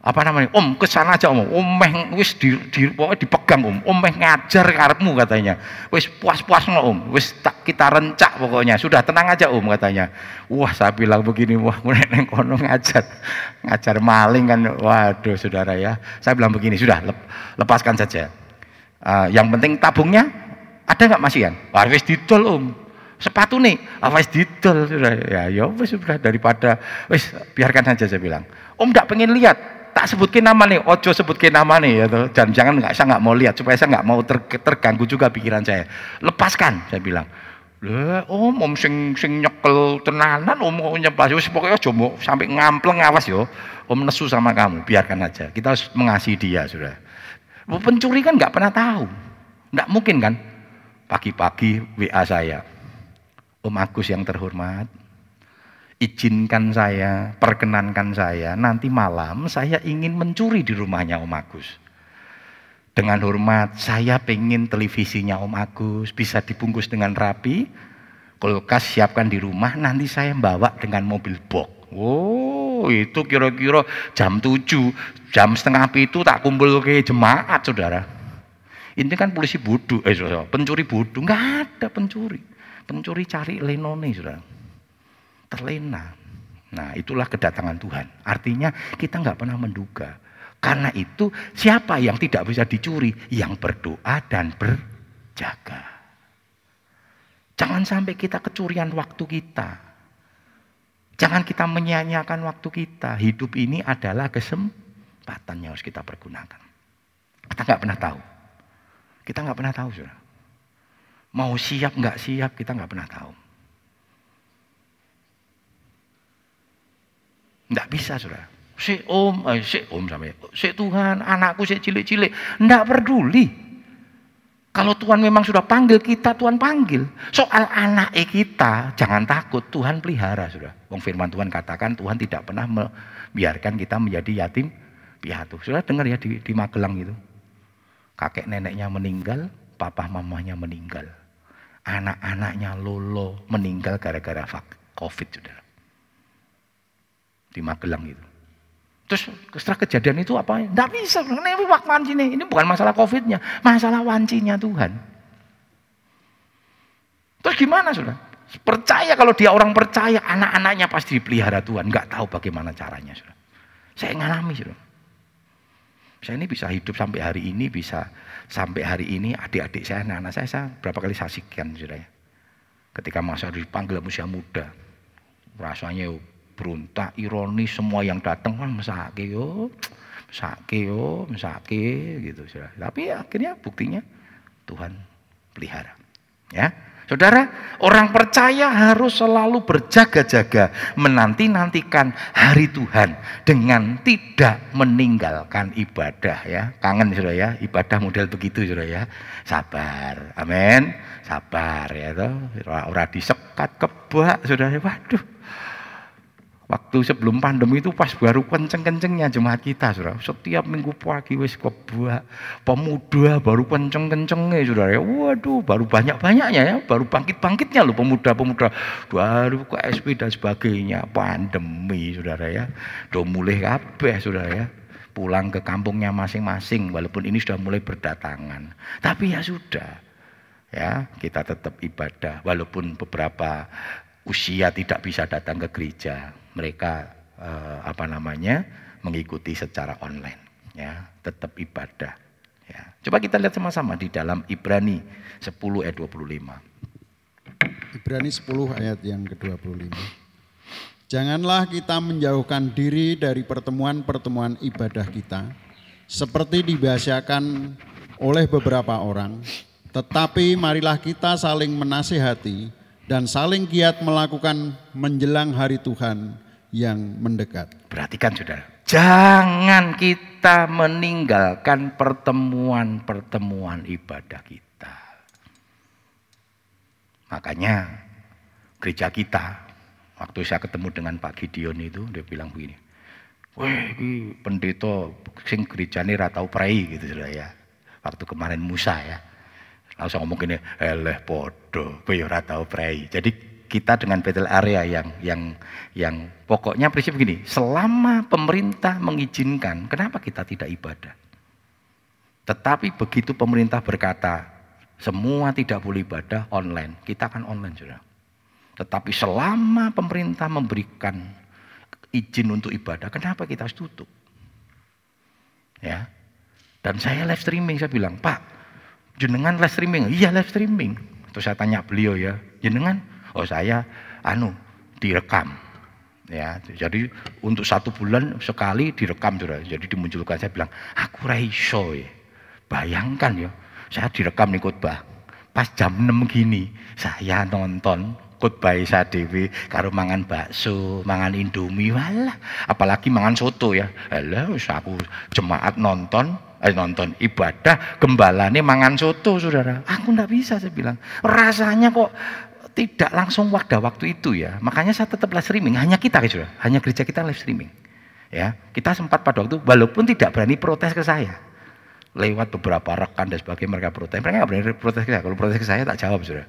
apa namanya, om kesana aja om, om meh wis di, di, pokoknya dipegang om, om meh ngajar karepmu katanya, wis puas-puas no om, wis tak kita rencak pokoknya, sudah tenang aja om katanya. Wah saya bilang begini, wah neng kono ngajar, ngajar maling kan, waduh saudara ya. Saya bilang begini, sudah lep, lepaskan saja. Uh, yang penting tabungnya ada nggak masih kan? Wah wis didol om. Sepatu nih, wis didol sudah ya, ya wis sudah daripada wis biarkan saja saya bilang. Om nggak pengen lihat. Tak sebutkin nama nih, ojo sebutkin nama nih, ya toh. Dan jangan nggak, saya nggak mau lihat supaya saya nggak mau ter, terganggu juga pikiran saya. Lepaskan, saya bilang. Lah, om, om sing sing nyekel tenanan, om mau nyebas, pokoknya ojo mau sampai ngampleng awas yo, om nesu sama kamu, biarkan aja. Kita harus mengasihi dia sudah. Pencuri kan nggak pernah tahu, nggak mungkin kan. Pagi-pagi W A saya, Om Agus yang terhormat. Izinkan saya, perkenankan saya, nanti malam saya ingin mencuri di rumahnya Om Agus. Dengan hormat, saya pengen televisinya Om Agus bisa dibungkus dengan rapi, kulkas siapkan di rumah, nanti saya bawa dengan mobil box. Oh, itu kira-kira jam tujuh, jam setengah itu tak kumpul ke jemaat, saudara. Ini kan polisi bodoh, eh saudara, pencuri bodoh, nggak ada pencuri. Pencuri cari lenone, saudara. Terlena. Nah itulah kedatangan Tuhan. Artinya kita nggak pernah menduga. Karena itu siapa yang tidak bisa dicuri? Yang berdoa dan berjaga. Jangan sampai kita kecurian waktu kita. Jangan kita menyia-nyiakan waktu kita. Hidup ini adalah kesempatan yang harus kita pergunakan. Kita nggak pernah tahu. Kita nggak pernah tahu, saudara. Mau siap nggak siap kita nggak pernah tahu. Nggak bisa saudara. Si om, eh, si om sampai, si Tuhan, anakku si cilik-cilik, nggak peduli. Kalau Tuhan memang sudah panggil kita, Tuhan panggil. Soal anak kita, jangan takut, Tuhan pelihara saudara. Wong firman Tuhan katakan Tuhan tidak pernah membiarkan kita menjadi yatim piatu. Saudara dengar ya di, di Magelang itu, kakek neneknya meninggal, papa mamanya meninggal, anak-anaknya lolo meninggal gara-gara COVID saudara. Di Magelang itu. Terus setelah kejadian itu apa? Nggak bisa, ini waktu ini. Ini bukan masalah COVID-nya, masalah wancinya Tuhan. Terus gimana saudara? Percaya kalau dia orang percaya, anak-anaknya pasti dipelihara Tuhan. Nggak tahu bagaimana caranya saudara. Saya ngalami saudara. Saya ini bisa hidup sampai hari ini, bisa sampai hari ini adik-adik saya, anak-anak saya, saya berapa kali saksikan saudara. Ketika masa dipanggil usia muda, rasanya berontak, ironis, semua yang datang kan mesake yo, mesake yo, mesake gitu saudara. Tapi akhirnya buktinya Tuhan pelihara. Ya, saudara, orang percaya harus selalu berjaga-jaga, menanti-nantikan hari Tuhan dengan tidak meninggalkan ibadah ya. Kangen saudara ya, ibadah model begitu saudara ya. Sabar, amin, sabar ya toh. Ora disekat kebak saudara. Waduh. Waktu sebelum pandemi itu pas baru kenceng-kencengnya jemaat kita, saudara. Setiap minggu pagi wis kebak, pemuda baru kenceng-kencengnya, saudara. Waduh, baru banyak-banyaknya ya, baru bangkit-bangkitnya loh pemuda-pemuda. Baru ke S P dan sebagainya, pandemi, saudara ya. Udah mulai kabeh, saudara ya. Pulang ke kampungnya masing-masing, walaupun ini sudah mulai berdatangan. Tapi ya sudah, ya kita tetap ibadah, walaupun beberapa usia tidak bisa datang ke gereja. Mereka eh, apa namanya mengikuti secara online, ya tetap ibadah. Ya. Coba kita lihat sama-sama di dalam Ibrani sepuluh ayat dua puluh lima. Ibrani sepuluh ayat yang ke dua puluh lima. Janganlah kita menjauhkan diri dari pertemuan-pertemuan ibadah kita, seperti dibiasakan oleh beberapa orang, tetapi marilah kita saling menasihati dan saling giat melakukan menjelang hari Tuhan yang mendekat. Perhatikan saudara, jangan kita meninggalkan pertemuan-pertemuan ibadah kita. Makanya gereja kita, waktu saya ketemu dengan Pak Gideon itu, dia bilang begini, weh ini pendeta sing gerejane ra tau prei gitu saudara ya. Waktu kemarin Musa ya, langsung ngomong gini, eleh podo, kowe ora tau prei. Jadi kita dengan Bethel Area yang yang yang pokoknya prinsip begini, selama pemerintah mengizinkan, kenapa kita tidak ibadah? Tetapi begitu pemerintah berkata semua tidak boleh ibadah online, kita akan online sudah. Tetapi selama pemerintah memberikan izin untuk ibadah, kenapa kita harus tutup? Ya. Dan saya live streaming, saya bilang, Pak, jenengan live streaming? Iya live streaming. Terus saya tanya beliau ya, jenengan? Oh saya, anu, direkam. Ya, jadi untuk satu bulan sekali direkam sudah. Jadi dimunculkan, saya bilang, aku raiso ya. Bayangkan ya, saya direkam nih khotbah. Pas jam enam gini, saya nonton khotbah saya dewe karo mangan bakso, mangan indomie, walah. Apalagi mangan soto ya. Alah, aku jemaat nonton. Eh, nonton ibadah, gembalane mangan soto, saudara. Aku enggak bisa, saya bilang. Rasanya kok tidak langsung pada waktu itu ya. Makanya saya tetap live streaming. Hanya kita, saudara. Hanya gereja kita live streaming. Ya, kita sempat pada waktu, walaupun tidak berani protes ke saya. Lewat beberapa rekan dan sebagainya mereka protes. Mereka nggak berani protes ke saya. Kalau protes ke saya tak jawab, saudara.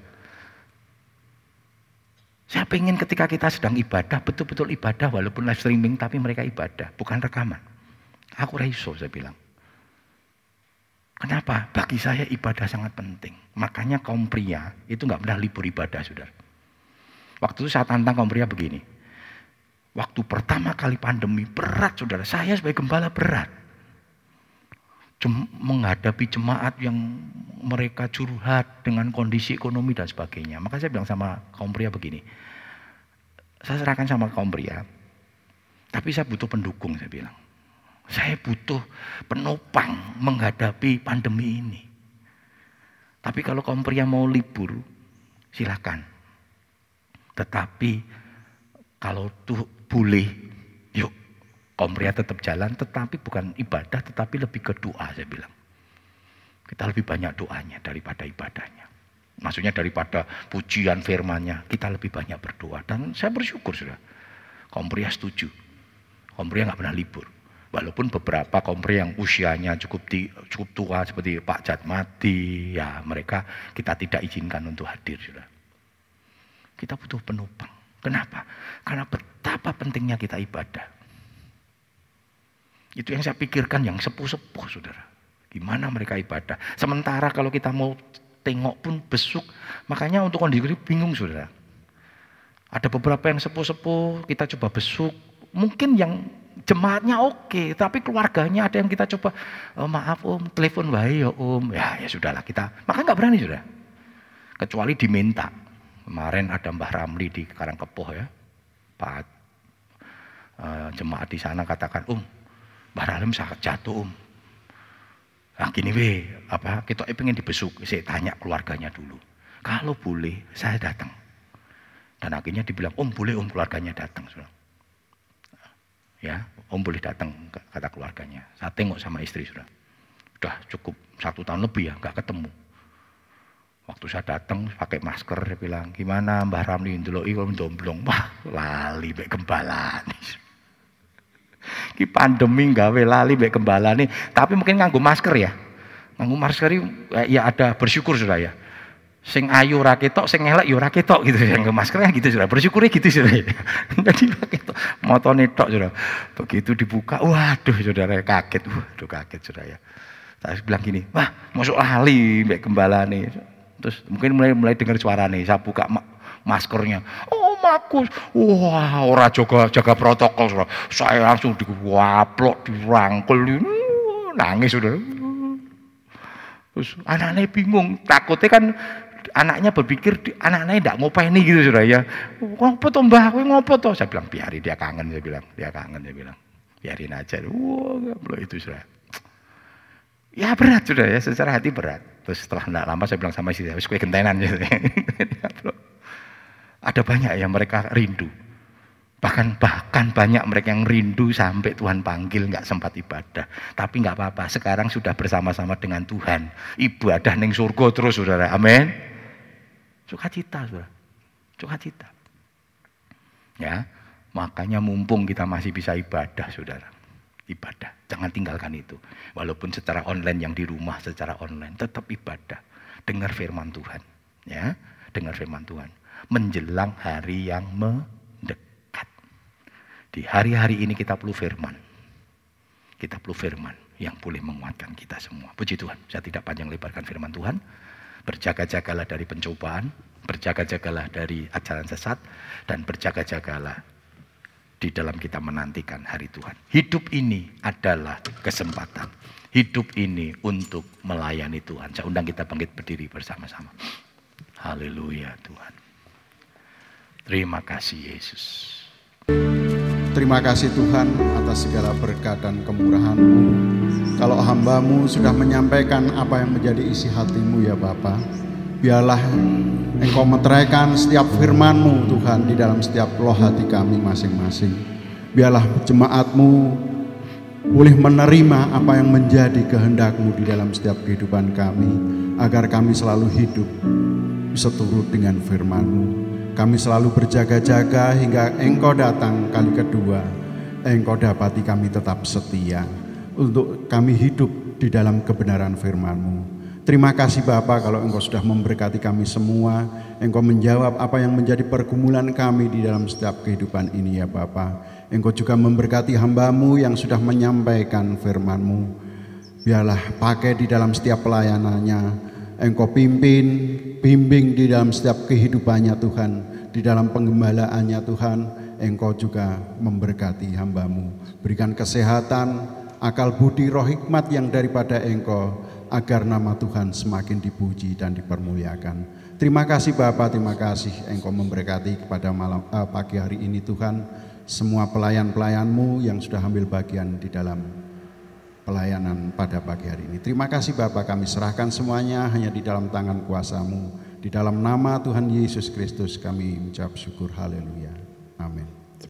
Saya pengen ketika kita sedang ibadah, betul-betul ibadah walaupun live streaming, tapi mereka ibadah, bukan rekaman. Aku raiso, saya bilang. Kenapa? Bagi saya ibadah sangat penting. Makanya kaum pria itu nggak pernah libur ibadah, saudara. Waktu itu saya tantang kaum pria begini. Waktu pertama kali pandemi berat, saudara. Saya sebagai gembala berat. Jem- menghadapi jemaat yang mereka curhat dengan kondisi ekonomi dan sebagainya. Maka saya bilang sama kaum pria begini. Saya serahkan sama kaum pria. Tapi saya butuh pendukung, saya bilang. Saya butuh penopang menghadapi pandemi ini. Tapi kalau kaum pria mau libur, silakan. Tetapi kalau tuh boleh, yuk kaum pria tetap jalan, tetapi bukan ibadah, tetapi lebih ke doa, saya bilang. Kita lebih banyak doanya daripada ibadahnya. Maksudnya daripada pujian firman-Nya, kita lebih banyak berdoa. Dan saya bersyukur sudah, kaum pria setuju. Kaum pria nggak pernah libur. Walaupun beberapa kaum pria yang usianya cukup di, cukup tua seperti Pak Jatmati, ya mereka kita tidak izinkan untuk hadir, sudah. Kita butuh penopang. Kenapa? Karena betapa pentingnya kita ibadah. Itu yang saya pikirkan, yang sepuh-sepuh, saudara. Gimana mereka ibadah? Sementara kalau kita mau tengok pun besuk, makanya untuk kondisi bingung, saudara. Ada beberapa yang sepuh-sepuh, kita coba besuk. Mungkin yang jemaatnya oke, tapi keluarganya ada yang kita coba, oh, maaf om, telepon wae ya om. Ya, ya sudahlah kita. Maka nggak berani, saudara. Kecuali diminta. Kemarin ada Mbah Ramli di Karangkepoh ya. Pak uh, jemaat di sana katakan, om, Mbah Ramli sangat jatuh om. Nah gini weh, apa kita pengen dibesuk, saya tanya keluarganya dulu. Kalau boleh, saya datang. Dan akhirnya dibilang, om boleh om, keluarganya datang. Saudara. Ya, om boleh datang, kata keluarganya. Saya tengok sama istri sudah. Sudah cukup satu tahun lebih ya, nggak ketemu. Waktu saya datang pakai masker, dia bilang, gimana Mbah Ramli ndeloki kok ndomblong. Wah, lali mek gembalane. Ki pandemi gawe lali mek gembalane, tapi mungkin nganggo masker ya. Nganggo masker ya ada bersyukur sudah ya. Sing ayu ora ketok, sing elek ya ora ketok gitu ya. Nganggo masker kan gitu sudah. Bersyukurnya gitu sudah. Jadi ketok motone tok sudah. Begitu dibuka, waduh saudara kaget. Waduh kaget sudah ya. Saya bilang gini, wah masuk lali mek gembalane. Terus mungkin mulai mulai dengar suarane, saya buka ma maskernya. Oh Markus, wah ora jaga jaga protokol, saudara. Saya langsung diwaplok, dirangkul, nangis sudah. Terus anak-anaknya bingung, takutnya kan anaknya berpikir anak-anaknya tidak ngopeni gitu saudara ya. Ngopo toh mbah, kowe ngopo toh? Saya bilang biarin dia kangen, saya bilang dia kangen, saya bilang biarin aja. Wah wow, itu saudara. Ya berat sudah ya, secara hati berat. Terus setelah tidak lama saya bilang sama istri, wis kowe gentenan gitu. Ada banyak yang mereka rindu. Bahkan bahkan banyak mereka yang rindu sampai Tuhan panggil nggak sempat ibadah. Tapi nggak apa-apa, sekarang sudah bersama-sama dengan Tuhan. Ibadah ning surga terus saudara. Amin. Sukacita saudara. Sukacita. Ya, makanya mumpung kita masih bisa ibadah saudara. Ibadah, jangan tinggalkan itu. Walaupun secara online yang di rumah, secara online tetap ibadah. Dengar firman Tuhan, ya, dengar firman Tuhan. menjelang hari yang mendekat. Di hari-hari ini kita perlu firman. Kita perlu firman yang boleh menguatkan kita semua. Puji Tuhan, saya tidak panjang lebarkan firman Tuhan. Berjaga-jagalah dari pencobaan, berjaga-jagalah dari ajaran sesat, dan berjaga-jagalah di dalam kita menantikan hari Tuhan. Hidup ini adalah kesempatan. Hidup ini untuk melayani Tuhan. Saya undang kita bangkit berdiri bersama-sama. Haleluya Tuhan. Terima kasih Yesus. Terima kasih Tuhan atas segala berkat dan kemurahan-Mu. Kalau hamba-Mu sudah menyampaikan apa yang menjadi isi hati-Mu ya Bapa, biarlah Engkau meteraikan setiap firman-Mu Tuhan di dalam setiap loh hati kami masing-masing. Biarlah jemaat-Mu boleh menerima apa yang menjadi kehendak-Mu di dalam setiap kehidupan kami, agar kami selalu hidup seturut dengan firman-Mu. Kami selalu berjaga-jaga hingga Engkau datang kali kedua. Engkau dapati kami tetap setia untuk kami hidup di dalam kebenaran firman-Mu. Terima kasih Bapa kalau Engkau sudah memberkati kami semua. Engkau menjawab apa yang menjadi pergumulan kami di dalam setiap kehidupan ini ya Bapa. Engkau juga memberkati hamba-Mu yang sudah menyampaikan firman-Mu. Biarlah pakai di dalam setiap pelayanannya. Engkau pimpin, bimbing di dalam setiap kehidupannya Tuhan. Di dalam penggembalaannya Tuhan, Engkau juga memberkati hamba-Mu. Berikan kesehatan, akal budi, roh hikmat yang daripada Engkau, agar nama Tuhan semakin dipuji dan dipermuliakan. Terima kasih Bapa, terima kasih Engkau memberkati kepada malam, eh, pagi hari ini Tuhan. Semua pelayan-pelayan-Mu yang sudah ambil bagian di dalam pelayanan pada pagi hari ini. Terima kasih Bapa, kami serahkan semuanya hanya di dalam tangan kuasa-Mu. Di dalam nama Tuhan Yesus Kristus kami mengucap syukur, haleluya, amin.